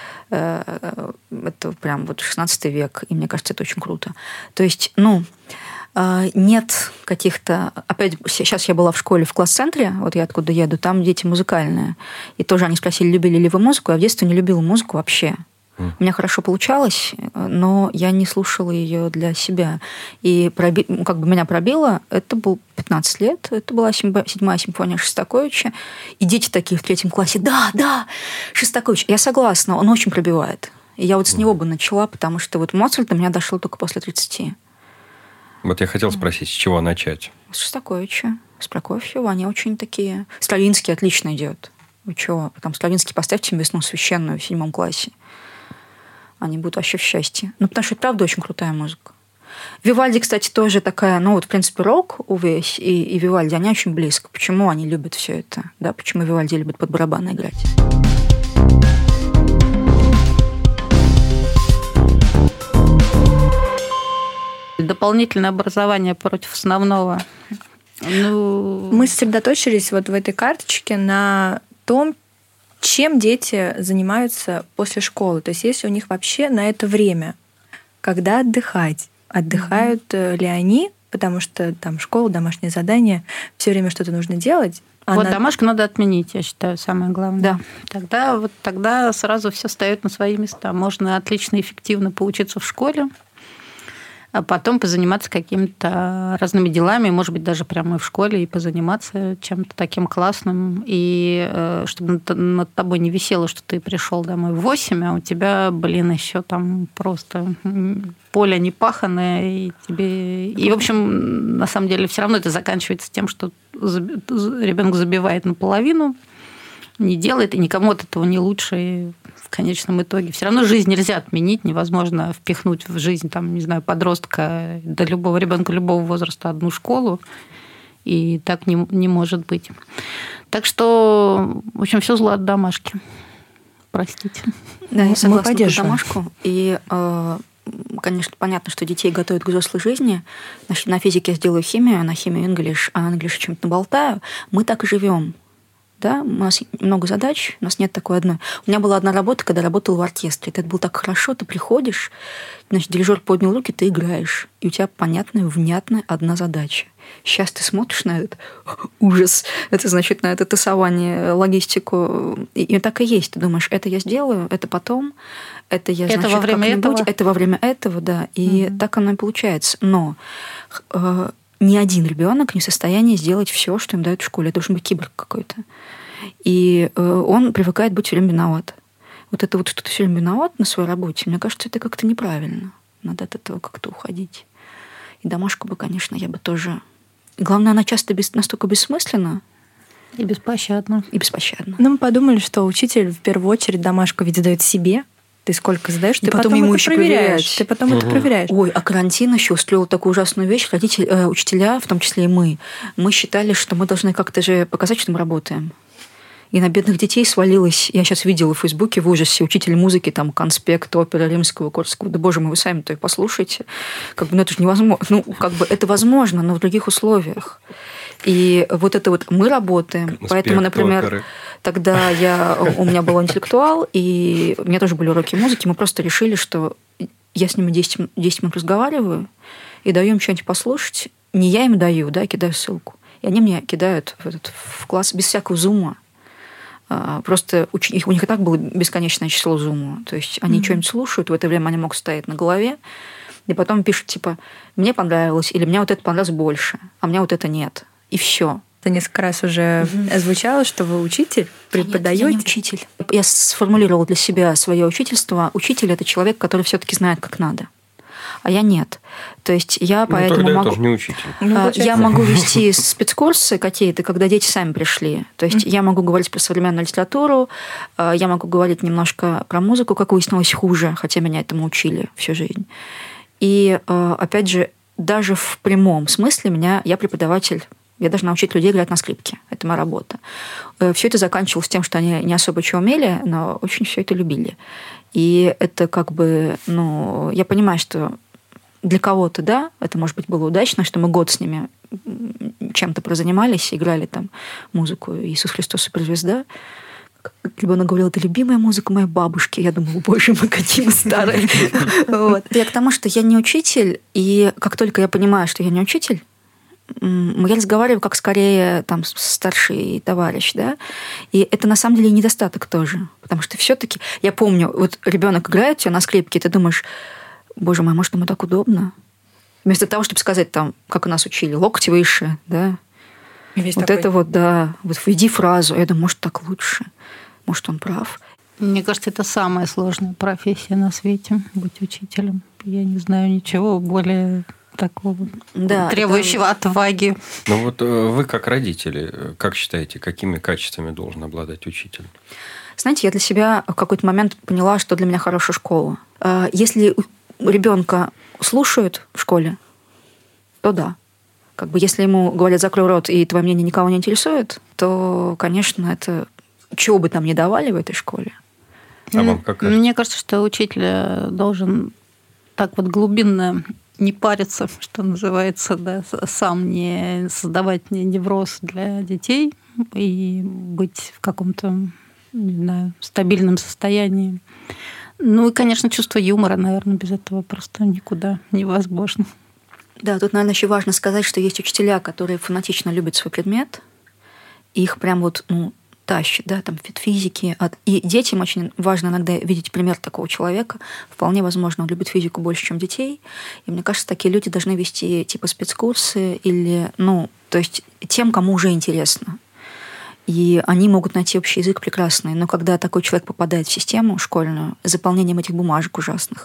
B: Это прям вот шестнадцатый век, и мне кажется, это очень круто. То есть, ну, нет каких-то... Опять, сейчас я была в школе в класс-центре, вот я откуда еду, там дети музыкальные. И тоже они спросили, любили ли вы музыку. Я в детстве не любила музыку вообще. У меня хорошо получалось, но я не слушала ее для себя. И проби... как бы меня пробило, это был пятнадцать лет, это была седьмая симфония Шостаковича. И дети такие в третьем классе, да, да, Шостакович. Я согласна, он очень пробивает. И я вот с него бы начала, потому что вот Моцарт до меня дошло только после тридцати.
C: Вот я хотел спросить, с чего начать?
B: С Шостаковича, с Прокофьева. Они очень такие... Стравинский отлично идет. Вы чего? Потом Стравинский поставьте «Весну священную» в седьмом классе. Они будут вообще в счастье. Ну, потому что это, правда, очень крутая музыка. Вивальди, кстати, тоже такая, ну, вот, в принципе, рок, Увесь и, и Вивальди, они очень близко. Почему они любят все это? Да, почему Вивальди любит под барабаны играть?
D: Дополнительное образование против основного. Ну...
A: Мы сосредоточились вот в этой карточке на том, чем дети занимаются после школы. То есть если у них вообще на это время, когда отдыхать, отдыхают mm-hmm. ли они, потому что там школа, домашнее задание, все время что-то нужно делать.
D: А вот на... домашку надо отменить, я считаю, самое главное.
B: Да.
D: Тогда, вот, тогда сразу все встает на свои места. Можно отлично, эффективно поучиться в школе, а потом позаниматься какими-то разными делами, может быть, даже прямо в школе, и позаниматься чем-то таким классным, и чтобы над тобой не висело, что ты пришел домой в восемь, а у тебя, блин, еще там просто поле непаханное, и тебе... И, в общем, на самом деле, все равно это заканчивается тем, что ребенок забивает наполовину, не делает, и никому от этого не лучше, и в конечном итоге. Все равно жизнь нельзя отменить, невозможно впихнуть в жизнь, там, не знаю, подростка, до любого ребенка любого возраста одну школу, и так не, не может быть. Так что, в общем, все зло от домашки. Простите.
B: Да, я согласна про домашку. И, конечно, понятно, что детей готовят к взрослой жизни. На физике я сделаю химию, на химию English, а на English чем-то наболтаю. Мы так и живем. Да, у нас много задач, у нас нет такой одной. У меня была одна работа, когда работала в оркестре. Это было так хорошо, ты приходишь, значит, дирижер поднял руки, ты играешь, и у тебя понятная, внятная одна задача. Сейчас ты смотришь на этот ужас, это значит на это тасование, логистику, и, и так и есть. Ты думаешь, это я сделаю, это потом, это я,
D: это
B: значит,
D: во время этого,
B: это во время этого, да, и угу. так оно и получается. Но э, ни один ребенок не в состоянии сделать все, что им дают в школе. Это должен быть киборг какой-то. И э, он привыкает быть все время виноват. Вот это вот, что ты все время виноват на своей работе, мне кажется, это как-то неправильно. Надо от этого как-то уходить. И домашку бы, конечно, я бы тоже... Главное, она часто без... настолько бессмысленна.
D: И беспощадна.
B: И беспощадна.
A: Ну, мы подумали, что учитель в первую очередь домашку ведь задает себе. Ты сколько задаешь, ты
B: потом,
A: потом
B: ему
A: это
B: еще
A: проверяешь.
B: проверять.
A: Ты потом угу. это проверяешь.
B: Ой, а карантин еще устроил такую ужасную вещь. Родители, э, учителя, в том числе и мы, мы считали, что мы должны как-то же показать, что мы работаем. И на бедных детей свалилось, я сейчас видела в Фейсбуке в ужасе, учитель музыки, там, конспект оперы Римского, Корсакова. Да, боже мой, вы сами-то послушайте. Как бы, ну, это же невозможно. Ну, как бы, это возможно, но в других условиях. И вот это вот мы работаем. Конспект Поэтому, например, оперы. Тогда я, у меня был интеллектуал, и у меня тоже были уроки музыки. Мы просто решили, что я с ними десять минут разговариваю и даю им что-нибудь послушать. Не я им даю, да, кидаю ссылку. И они мне кидают в, этот, в класс без всякого зума. Просто у них и так было бесконечное число зума. То есть они mm-hmm. что-нибудь слушают, в это время они могут стоять на голове, и потом пишут, типа, мне понравилось, или мне вот это понравилось больше, а мне вот это нет. И все.
A: Это несколько раз уже mm-hmm. звучало, что вы учитель, преподаете.
B: Нет, я не учитель. Я сформулировала для себя свое учительство. Учитель – это человек, который все-таки знает, как надо. а я нет. То есть я
C: ну,
B: поэтому
C: тогда я
B: могу...
C: тоже не учитель.
B: Ну, я могу вести спецкурсы какие-то, когда дети сами пришли. То есть mm-hmm. я могу говорить про современную литературу, я могу говорить немножко про музыку, как выяснилось, хуже, хотя меня этому учили всю жизнь. И, опять же, даже в прямом смысле меня, я преподаватель, я должна учить людей играть на скрипке. Это моя работа. Все это заканчивалось тем, что они не особо чего умели, но очень все это любили. И это как бы, ну, я понимаю, что для кого-то, да, это, может быть, было удачно, что мы год с ними чем-то прозанимались, играли там музыку «Иисус Христос суперзвезда». Ребенок говорил, это любимая музыка моей бабушки. Я думала, боже мой, какие мы старые. Я к тому, что я не учитель, и как только я понимаю, что я не учитель, я разговариваю как скорее там старший товарищ, да, и это на самом деле недостаток тоже, потому что все-таки я помню, вот ребенок играет у тебя на скрипке, и ты думаешь, боже мой, может, ему так удобно? Вместо того, чтобы сказать там, как у нас учили, локти выше, да, вот такой... это вот, да, вот введи фразу, я думаю, может, так лучше, может, он прав.
D: Мне кажется, это самая сложная профессия на свете, быть учителем. Я не знаю ничего более такого, да, требующего это... отваги.
C: Ну вот вы как родители, как считаете, какими качествами должен обладать учитель?
B: Знаете, я для себя в какой-то момент поняла, что для меня хорошая школа. Если ребенка слушают в школе, то да. Как бы если ему говорят «закрой рот» и твое мнение никого не интересует, то, конечно, это чего бы там ни давали в этой школе.
C: А вам как кажется?
D: Мне кажется, что учитель должен так вот глубинно не париться, что называется, да, сам не создавать невроз для детей и быть в каком-то, не знаю, стабильном состоянии. Ну и, конечно, чувство юмора, наверное, без этого просто никуда невозможно.
B: Да, тут, наверное, еще важно сказать, что есть учителя, которые фанатично любят свой предмет, и их прям вот, ну, тащит, да, там, физики. И детям очень важно иногда видеть пример такого человека. Вполне возможно, он любит физику больше, чем детей. И мне кажется, такие люди должны вести типа спецкурсы или, ну, то есть тем, кому уже интересно. И они могут найти общий язык прекрасный. Но когда такой человек попадает в систему школьную, с заполнением этих бумажек ужасных,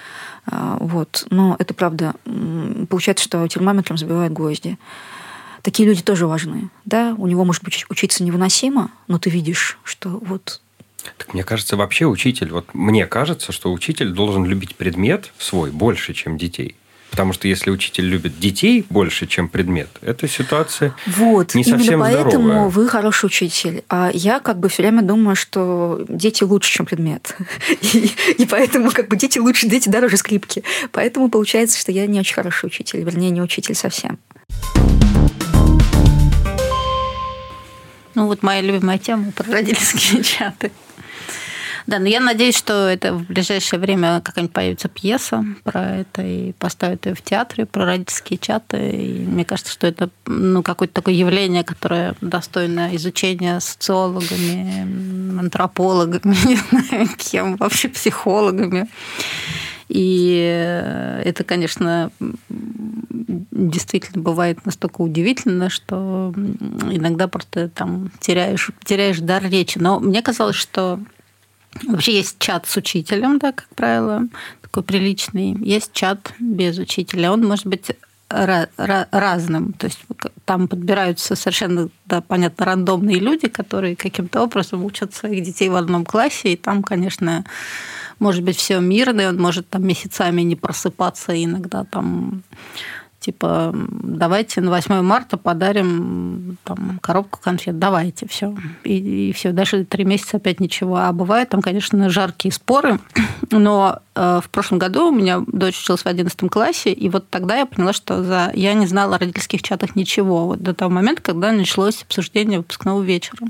B: вот, но это правда, получается, что термометром забивают гвозди. Такие люди тоже важны. Да? У него, может быть, учиться невыносимо, но ты видишь, что вот...
C: Так мне кажется, вообще учитель... Вот мне кажется, что учитель должен любить предмет свой больше, чем детей. Потому что если учитель любит детей больше, чем предмет, эта ситуация
B: вот,
C: не совсем
B: здоровая. Вот, именно поэтому
C: вы
B: хороший учитель. А я как бы все время думаю, что дети лучше, чем предмет. И, и поэтому как бы дети лучше, дети дороже скрипки. Поэтому получается, что я не очень хороший учитель. Вернее, не учитель совсем.
D: Ну, вот моя любимая тема про родительские чаты. Да, но я надеюсь, что это в ближайшее время какая-нибудь появится пьеса про это и поставят ее в театре, про родительские чаты. И мне кажется, что это, ну, какое-то такое явление, которое достойно изучения социологами, антропологами, не знаю кем, вообще психологами. И это, конечно, действительно бывает настолько удивительно, что иногда просто там теряешь, теряешь дар речи. Но мне казалось, что вообще есть чат с учителем, да, как правило, такой приличный. Есть чат без учителя. Он может быть разным. То есть там подбираются совершенно, да, понятно, рандомные люди, которые каким-то образом учат своих детей в одном классе. И там, конечно, может быть все мирно, и он может там месяцами не просыпаться, и иногда там типа давайте на восьмое марта подарим там коробку конфет, давайте, все. И, и все, дальше три месяца опять ничего. А бывают там, конечно, жаркие споры. Но э, в прошлом году у меня дочь училась в одиннадцатом классе, и вот тогда я поняла, что за... я не знала о родительских чатах ничего. Вот до того момента, когда началось обсуждение выпускного вечера.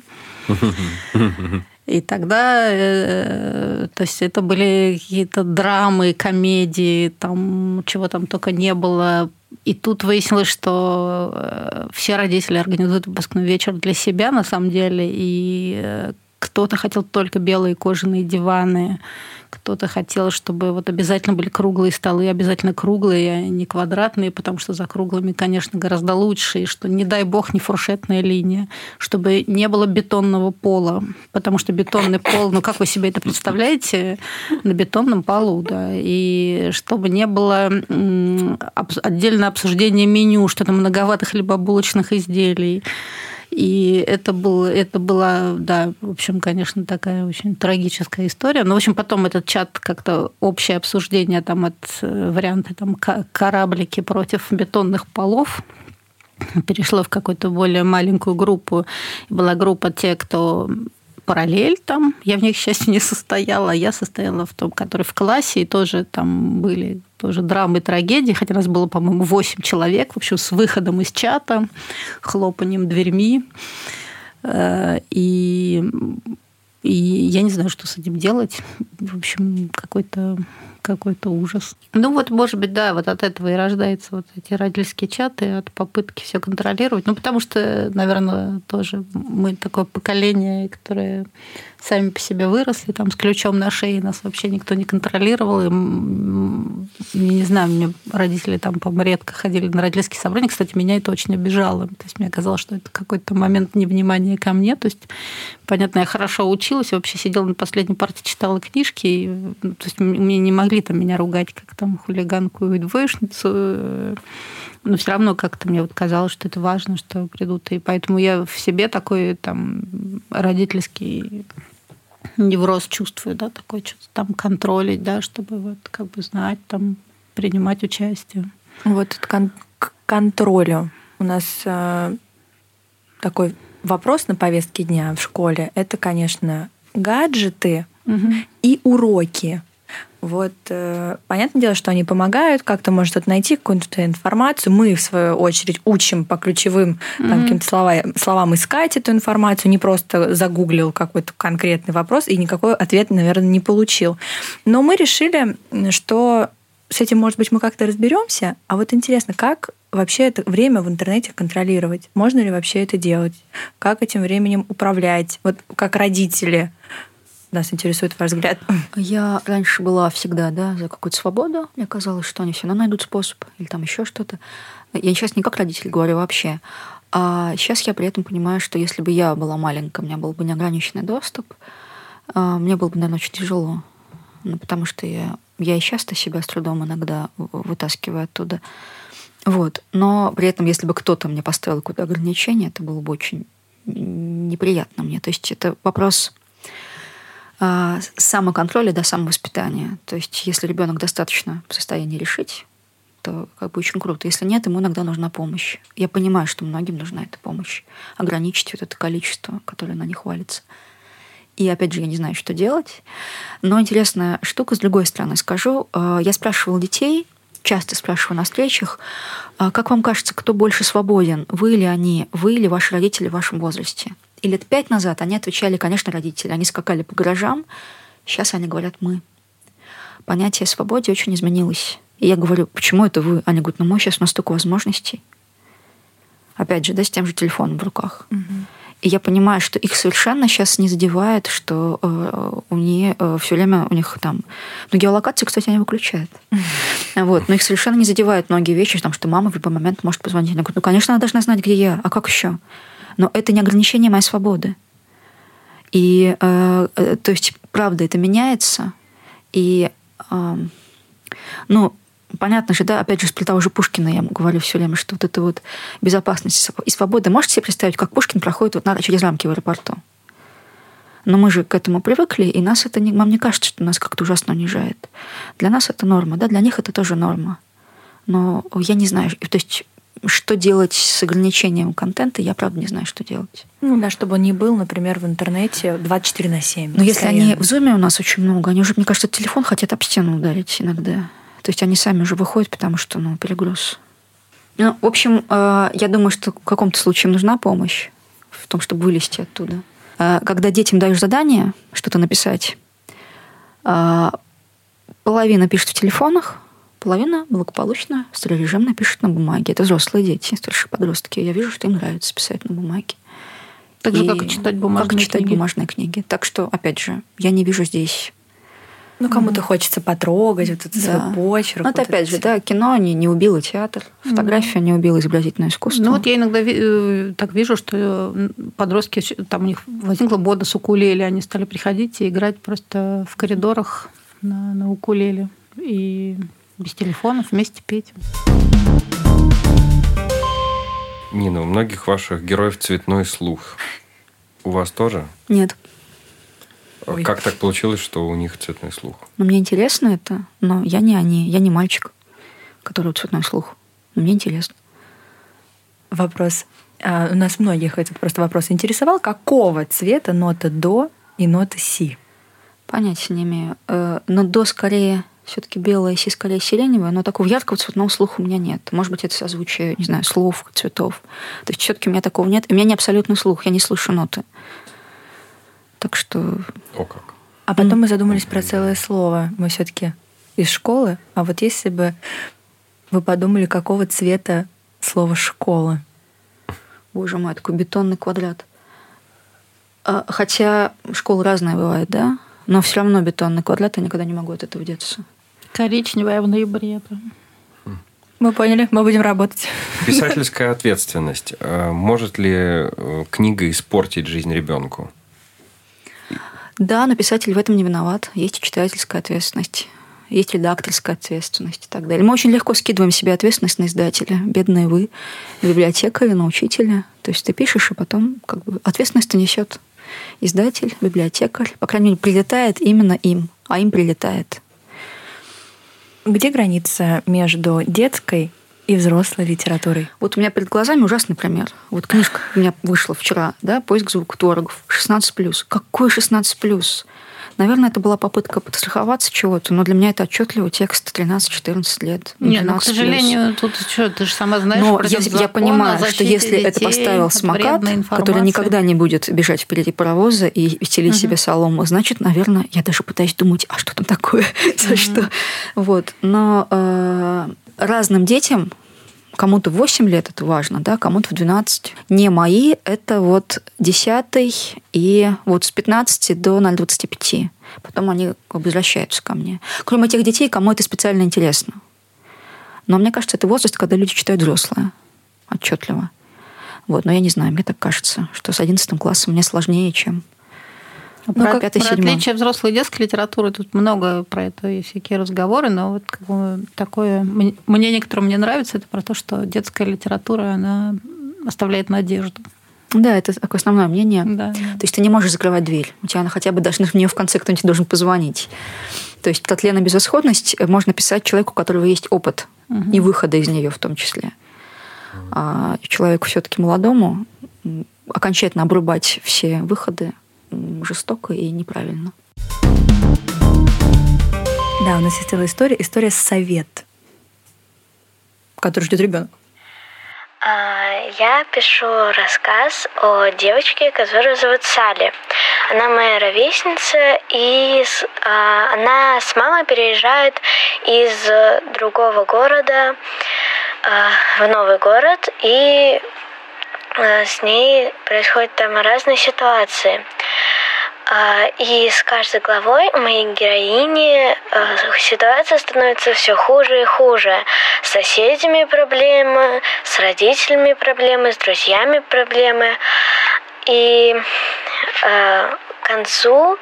D: И тогда, э, то есть это были какие-то драмы, комедии, там, чего там только не было. И тут выяснилось, что все родители организуют выпускной вечер для себя, на самом деле, и Кто-то хотел только белые кожаные диваны, кто-то хотел, чтобы вот обязательно были круглые столы, обязательно круглые, а не квадратные, потому что за круглыми, конечно, гораздо лучше, и что, не дай бог, не фуршетная линия, чтобы не было бетонного пола, потому что бетонный пол, ну как вы себе это представляете, на бетонном полу, да, и чтобы не было отдельное обсуждение меню, что-то многовато хлебобулочных изделий. И это, был, это была, да, в общем, конечно, такая очень трагическая история. Но, в общем, потом этот чат как-то общее обсуждение там от варианта там, кораблики против бетонных полов перешло в какую-то более маленькую группу. Была группа те, кто параллель там. Я в них, к счастью, не состояла. Я состояла в том, который в классе, и тоже там были тоже драмы и трагедии, хотя нас было, по-моему, восемь человек, в общем, с выходом из чата, хлопанием дверьми. И, и я не знаю, что с этим делать. В общем, какой-то какой-то ужас. Ну вот, может быть, да, вот от этого и рождаются вот эти родительские чаты, от попытки все контролировать. Ну, потому что, наверное, тоже мы такое поколение, которое сами по себе выросли, там, с ключом на шее, нас вообще никто не контролировал. И, я не знаю, мне родители там, по-моему, редко ходили на родительские собрания. Кстати, меня это очень обижало. То есть мне казалось, что это какой-то момент невнимания ко мне. То есть, понятно, я хорошо училась, вообще сидела на последней парте, читала книжки. И, то есть мне не могли там меня ругать как там хулиганку и двоечницу. Но все равно как-то мне вот казалось, что это важно, что придут. И поэтому я в себе такой там родительский невроз чувствую, да, такой что-то там контролить, да, чтобы вот как бы знать, там, принимать участие.
A: Вот кон- к контролю у нас э, такой вопрос на повестке дня в школе. Это, конечно, гаджеты угу. и уроки. Вот, э, понятное дело, что они помогают, как-то может что-то найти, какую-то информацию. Мы, в свою очередь, учим по ключевым mm-hmm. там, каким-то словам, словам искать эту информацию, не просто загуглил какой-то конкретный вопрос и никакой ответа, наверное, не получил. Но мы решили, что с этим, может быть, мы как-то разберемся. А вот интересно, как вообще это время в интернете контролировать? Можно ли вообще это делать? Как этим временем управлять? Вот как родители... Нас интересует ваш взгляд.
B: Я раньше была всегда, да, за какую-то свободу. Мне казалось, что они все равно найдут способ или там еще что-то. Я сейчас не как родитель говорю вообще. А сейчас я при этом понимаю, что если бы я была маленькая, у меня был бы неограниченный доступ, мне было бы, наверное, очень тяжело. Ну, потому что я, я и сейчас-то себя с трудом иногда вытаскиваю оттуда. Вот. Но при этом, если бы кто-то мне поставил какое-то ограничение, это было бы очень неприятно мне. То есть это вопрос... самоконтроля до самовоспитания. То есть, если ребенок достаточно в состоянии решить, то как бы очень круто. Если нет, ему иногда нужна помощь. Я понимаю, что многим нужна эта помощь. Ограничить вот это количество, которое на них валится. И опять же, я не знаю, что делать. Но интересная штука, с другой стороны скажу. Я спрашивала детей, часто спрашиваю на встречах, как вам кажется, кто больше свободен? Вы или они? Вы или ваши родители в вашем возрасте? И лет пять назад они отвечали, конечно, родители. Они скакали по гаражам. Сейчас они говорят «мы». Понятие свободы очень изменилось. И я говорю, почему это вы? Они говорят, ну, мы сейчас у нас столько возможностей. Опять же, да, с тем же телефоном в руках. Угу. И я понимаю, что их совершенно сейчас не задевает, что э, у них э, все время у них там... Ну, геолокацию, кстати, они выключают. Mm-hmm. Вот. Но их совершенно не задевают многие вещи, там, что мама в любой момент может позвонить. Она говорит, ну, конечно, она должна знать, где я. А как еще? Но это не ограничение моей свободы. И, э, э, то есть, правда, это меняется. И, э, ну, понятно же, да, опять же, с того же Пушкина я говорю все время, что вот это вот безопасность и свобода. Можете себе представить, как Пушкин проходит вот через рамки в аэропорту? Но мы же к этому привыкли, и нас это не, нам не кажется, что нас как-то ужасно унижает. Для нас это норма, да, для них это тоже норма. Но я не знаю, то есть что делать с ограничением контента, я, правда, не знаю, что делать.
A: Ну да, чтобы он не был, например, в интернете двадцать четыре на семь.
B: Но если они в зуме у нас очень много, они уже, мне кажется, телефон хотят об стену ударить иногда. То есть они сами уже выходят, потому что, ну, перегруз. Ну, в общем, я думаю, что в каком-то случае нужна помощь в том, чтобы вылезти оттуда. Когда детям даешь задание что-то написать, половина пишет в телефонах, половина благополучно, стереорежимно пишет на бумаге. Это взрослые дети, старшие подростки. Я вижу, что им нравится писать на бумаге.
D: Так же, как и читать бумажные
B: как читать
D: книги.
B: бумажные книги. Так что, опять же, я не вижу здесь...
A: Ну, кому-то mm. хочется потрогать вот этот
B: да.
A: свой почерк.
B: Ну, это
A: вот
B: опять же, да, кино не, не убило театр, фотография mm. не убила изобразительное искусство.
D: Ну, вот я иногда ви- так вижу, что подростки, там у них возникла мода с укулеле, они стали приходить и играть просто в коридорах на, на укулеле. И без телефонов вместе петь.
C: Нина, у многих ваших героев цветной слух. У вас тоже?
B: Нет.
A: Ой.
C: Как так получилось, что у них цветной слух?
B: Ну, мне интересно это, но я не они, я не мальчик, который цветной слух. Но мне интересно.
A: Вопрос. А, у нас многих этот просто вопрос интересовал. Какого цвета нота до и нота си?
B: Понятия не имею. Э, но до скорее все-таки белая, си скорее сиреневая, но такого яркого цветного слуха у меня нет. Может быть, это созвучие, не знаю, слов, цветов. То есть все-таки у меня такого нет. У меня не абсолютный слух, я не слышу ноты. Так что...
C: О как.
A: А потом мы задумались про целое слово. Мы все-таки из школы. А вот если бы вы подумали, какого цвета слово «школа»?
B: Боже мой, такой бетонный квадрат. А, хотя школы разные бывают, да? Но все равно бетонный квадрат, я никогда не могу от этого деться.
D: Коричневая в ноябре.
A: Мы поняли, мы будем работать.
C: Писательская ответственность. Может ли книга испортить жизнь ребенку?
B: Да, но писатель в этом не виноват. Есть и читательская ответственность, есть редакторская ответственность и так далее. Мы очень легко скидываем себе ответственность на издателя. Бедные вы, на библиотекаря, на учителя. То есть ты пишешь, и потом как бы ответственность несет издатель, библиотекарь. По крайней мере, прилетает именно им, а им прилетает.
A: Где граница между детской и взрослой литературой?
B: Вот у меня перед глазами ужасный пример. Вот книжка у меня вышла вчера, да, «Поиск звукотворгов», шестнадцать плюс. Какой шестнадцать плюс? Наверное, это была попытка подстраховаться чего-то, но для меня это отчетливый текст тринадцать-четырнадцать лет.
D: Нет, ну, к сожалению, тут что, ты же сама знаешь,
B: но
D: про
B: я,
D: закон
B: я понимаю,
D: о
B: что если это поставил самокат, который никогда не будет бежать впереди паровоза и стелить угу. себе солому, значит, наверное, я даже пытаюсь думать, а что там такое, за что. Вот. Но э, разным детям, кому-то в восемь лет это важно, да, кому-то в двенадцать. Не мои, это вот десятый и вот с пятнадцати до ноль двадцать пять. Потом они как бы возвращаются ко мне. Кроме тех детей, кому это специально интересно. Но мне кажется, это возраст, когда люди читают взрослые. Отчетливо. Вот, но я не знаю, мне так кажется, что с одиннадцатым классом мне сложнее, чем...
D: Ну, про, про отличие взрослой и детской литературы тут много про это и всякие разговоры, но вот как бы такое мнение, которое мне нравится, это про то, что детская литература, она оставляет надежду.
B: Да, это такое основное мнение.
D: Да, да.
B: То есть ты не можешь закрывать дверь. У тебя она хотя бы даже в нее в конце кто-нибудь должен позвонить. То есть «Котлена безысходность» можно писать человеку, у которого есть опыт угу. и выхода из нее в том числе. А человеку все-таки молодому окончательно обрубать все выходы жестоко и неправильно.
A: Да, у нас есть целая история. История «Совет», который ждет ребенок.
G: Я пишу рассказ о девочке, которую зовут Салли. Она моя ровесница, и она с мамой переезжает из другого города в новый город, и с ней происходят там разные ситуации. И с каждой главой у моей героини ситуация становится все хуже и хуже. С соседями проблемы, с родителями проблемы, с друзьями проблемы. И к концу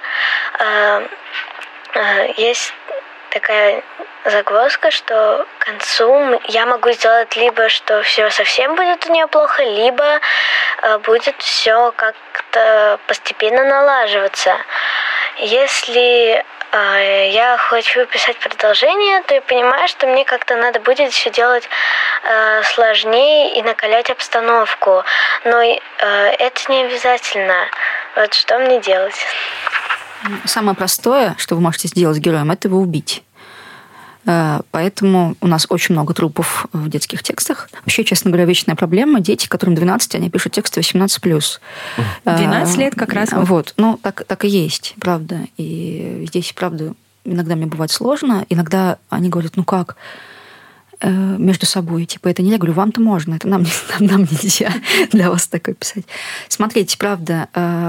G: есть такая загвоздка, что к концу я могу сделать либо, что все совсем будет у нее плохо, либо будет все как-то постепенно налаживаться. Если э, я хочу писать продолжение, то я понимаю, что мне как-то надо будет все делать э, сложнее и накалять обстановку. Но э, это не обязательно. Вот что мне делать?
B: Самое простое, что вы можете сделать с героем, это его убить. Поэтому у нас очень много трупов в детских текстах. Вообще, честно говоря, вечная проблема. Дети, которым двенадцать, они пишут тексты восемнадцать плюс.
A: двенадцать лет как раз.
B: Вот. Ну, так, так и есть, правда. И здесь, правда, иногда мне бывает сложно. Иногда они говорят, ну как? между собой. Типа, это не я говорю, вам-то можно, это нам, нам, нам нельзя для вас такое писать. Смотрите, правда,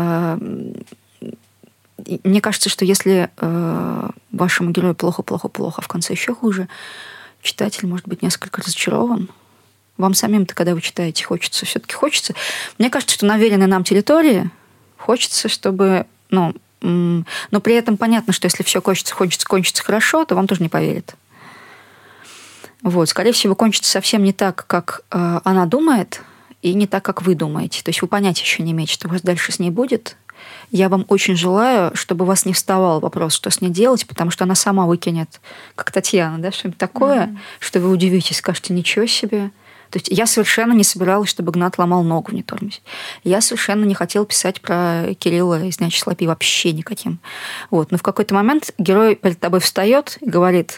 B: мне кажется, что если вашему герою плохо-плохо-плохо, а в конце еще хуже, читатель может быть несколько разочарован. Вам самим-то, когда вы читаете, хочется, все-таки хочется. Мне кажется, что на веренной нам территории хочется, чтобы... Ну, но при этом понятно, что если все хочется, хочется, кончится хорошо, то вам тоже не поверят. Вот. Скорее всего, кончится совсем не так, как э, она думает, и не так, как вы думаете. То есть вы понятия еще не имеете, что у вас дальше с ней будет. Я вам очень желаю, чтобы у вас не вставал вопрос, что с ней делать, потому что она сама выкинет, как Татьяна, да, что-нибудь такое, mm-hmm. что вы удивитесь, скажете, ничего себе. То есть я совершенно не собиралась, чтобы Игнат ломал ногу в «Нетормозе». Я совершенно не хотела писать про Кирилла из «Значит, Лапи» вообще никаким. Вот. Но в какой-то момент герой перед тобой встает и говорит: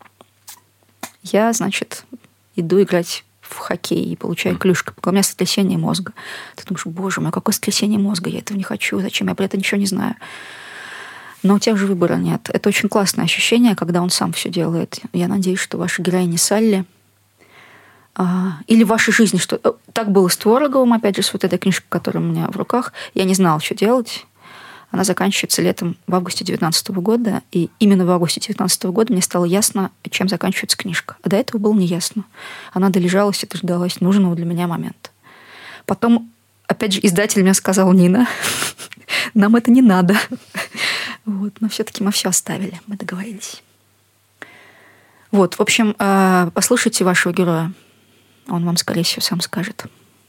B: я, значит, иду играть в хоккей и получаю клюшку, у меня сотрясение мозга. Ты думаешь, боже мой, какое сотрясение мозга? Я этого не хочу. Зачем? Я про это ничего не знаю. Но у тех же выбора нет. Это очень классное ощущение, когда он сам все делает. Я надеюсь, что ваша героиня Салли или в вашей жизни, что так было с Твороговым, опять же, с вот этой книжкой, которая у меня в руках. Я не знала, что делать. Она заканчивается летом, в августе девятнадцатого года. И именно в августе девятнадцатого года мне стало ясно, чем заканчивается книжка. А до этого было неясно. Она долежалась и дождалась нужного для меня момента. Потом, опять же, издатель мне сказал: Нина, нам это не надо. Вот. Но все-таки мы все оставили, мы договорились. Вот, в общем, послушайте вашего героя. Он вам, скорее всего, сам скажет.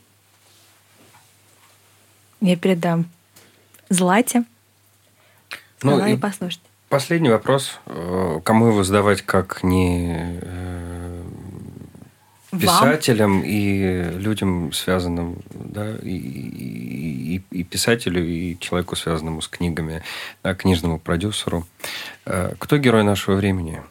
A: Я передам Злате.
C: Ну,
A: Давай
C: и
A: послушайте.
C: Последний вопрос. Кому его задавать, как не писателям и людям, связанным, да, и, и, и писателю, и человеку, связанному с книгами, да, книжному продюсеру. Кто герой нашего времени?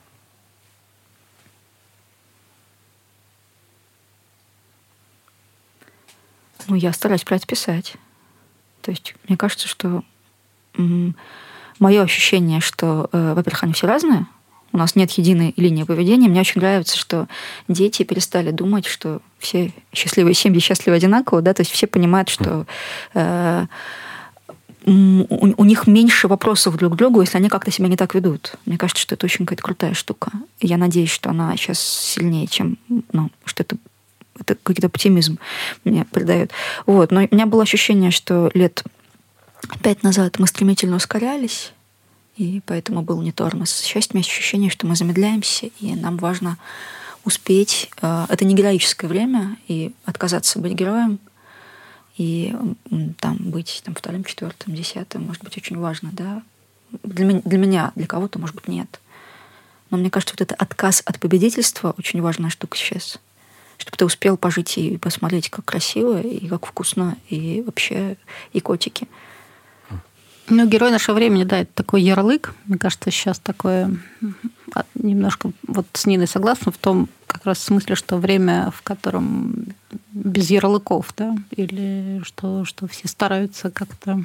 B: Ну, я стараюсь про это писать. То есть, мне кажется, что м- мое ощущение, что, э, во-первых, они все разные, у нас нет единой линии поведения. Мне очень нравится, что дети перестали думать, что все счастливые семьи счастливы одинаково, да, то есть все понимают, что э, у, у них меньше вопросов друг к другу, если они как-то себя не так ведут. Мне кажется, что это очень какая-то крутая штука. И я надеюсь, что она сейчас сильнее, чем, ну, что это Это какой-то оптимизм мне придает. Вот. Но у меня было ощущение, что лет пять назад мы стремительно ускорялись, и поэтому был не тормоз. Сейчас у меня ощущение, что мы замедляемся, и нам важно успеть. Это не героическое время, и отказаться быть героем, и там, быть там, вторым, четвертым, десятым, может быть, очень важно. Да? Для меня, для меня, для кого-то, может быть, нет. Но мне кажется, вот этот отказ от победительства очень важная штука сейчас. Чтобы ты успел пожить и посмотреть, как красиво, и как вкусно, и вообще, и котики.
D: Ну, герой нашего времени, да, это такой ярлык. Мне кажется, сейчас такое немножко вот с Ниной согласна в том как раз смысле, что время, в котором без ярлыков, да, или что, что все стараются как-то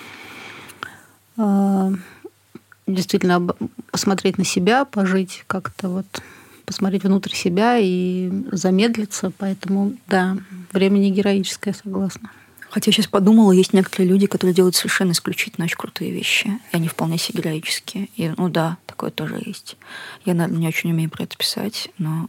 D: э, действительно посмотреть на себя, пожить как-то вот, посмотреть внутрь себя и замедлиться. Поэтому, да, время не героическое, согласна.
B: Хотя я сейчас подумала, есть некоторые люди, которые делают совершенно исключительно очень крутые вещи. И они вполне себе героические. И, ну да, такое тоже есть. Я, наверное, не очень умею про это писать, но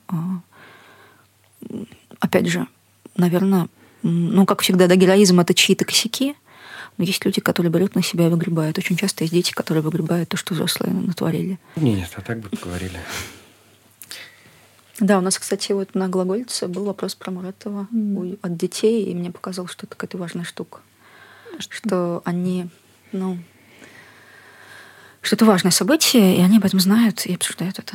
B: опять же, наверное, ну, как всегда, да, героизм — это чьи-то косяки, но есть люди, которые берут на себя и выгребают. Очень часто есть дети, которые выгребают то, что взрослые натворили.
C: Нет, а так бы говорили.
B: Да, у нас, кстати, вот на глаголице был вопрос про Муратова mm. от детей, и мне показалось, что это какая-то важная штука. Что, что они, ну, что это важное событие, и они об этом знают и обсуждают это.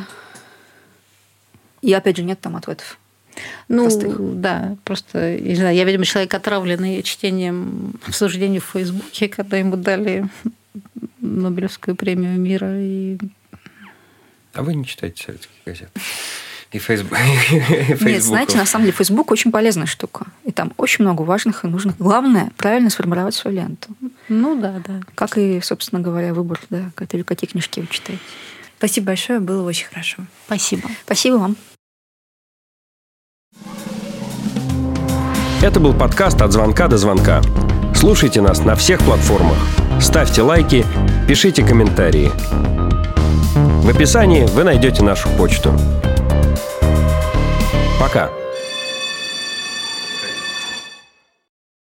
B: И опять же, нет там ответов.
D: Ну,
B: простых.
D: Да, просто, не знаю, я, видимо, человек, отравленный чтением обсуждений в Фейсбуке, когда ему дали Нобелевскую премию мира. И...
C: А вы не читаете советских газет? И Фейсбук.
B: Нет, знаете, на самом деле Фейсбук очень полезная штука. И там очень много важных и нужных. Главное — правильно сформировать свою ленту.
D: Ну да, да.
B: Как и, собственно говоря, выбор, да, какие книжки вы читаете.
A: Спасибо большое, было очень хорошо.
D: Спасибо.
B: Спасибо вам.
H: Это был подкаст «От звонка до звонка». Слушайте нас на всех платформах. Ставьте лайки, пишите комментарии. В описании вы найдете нашу почту. Пока.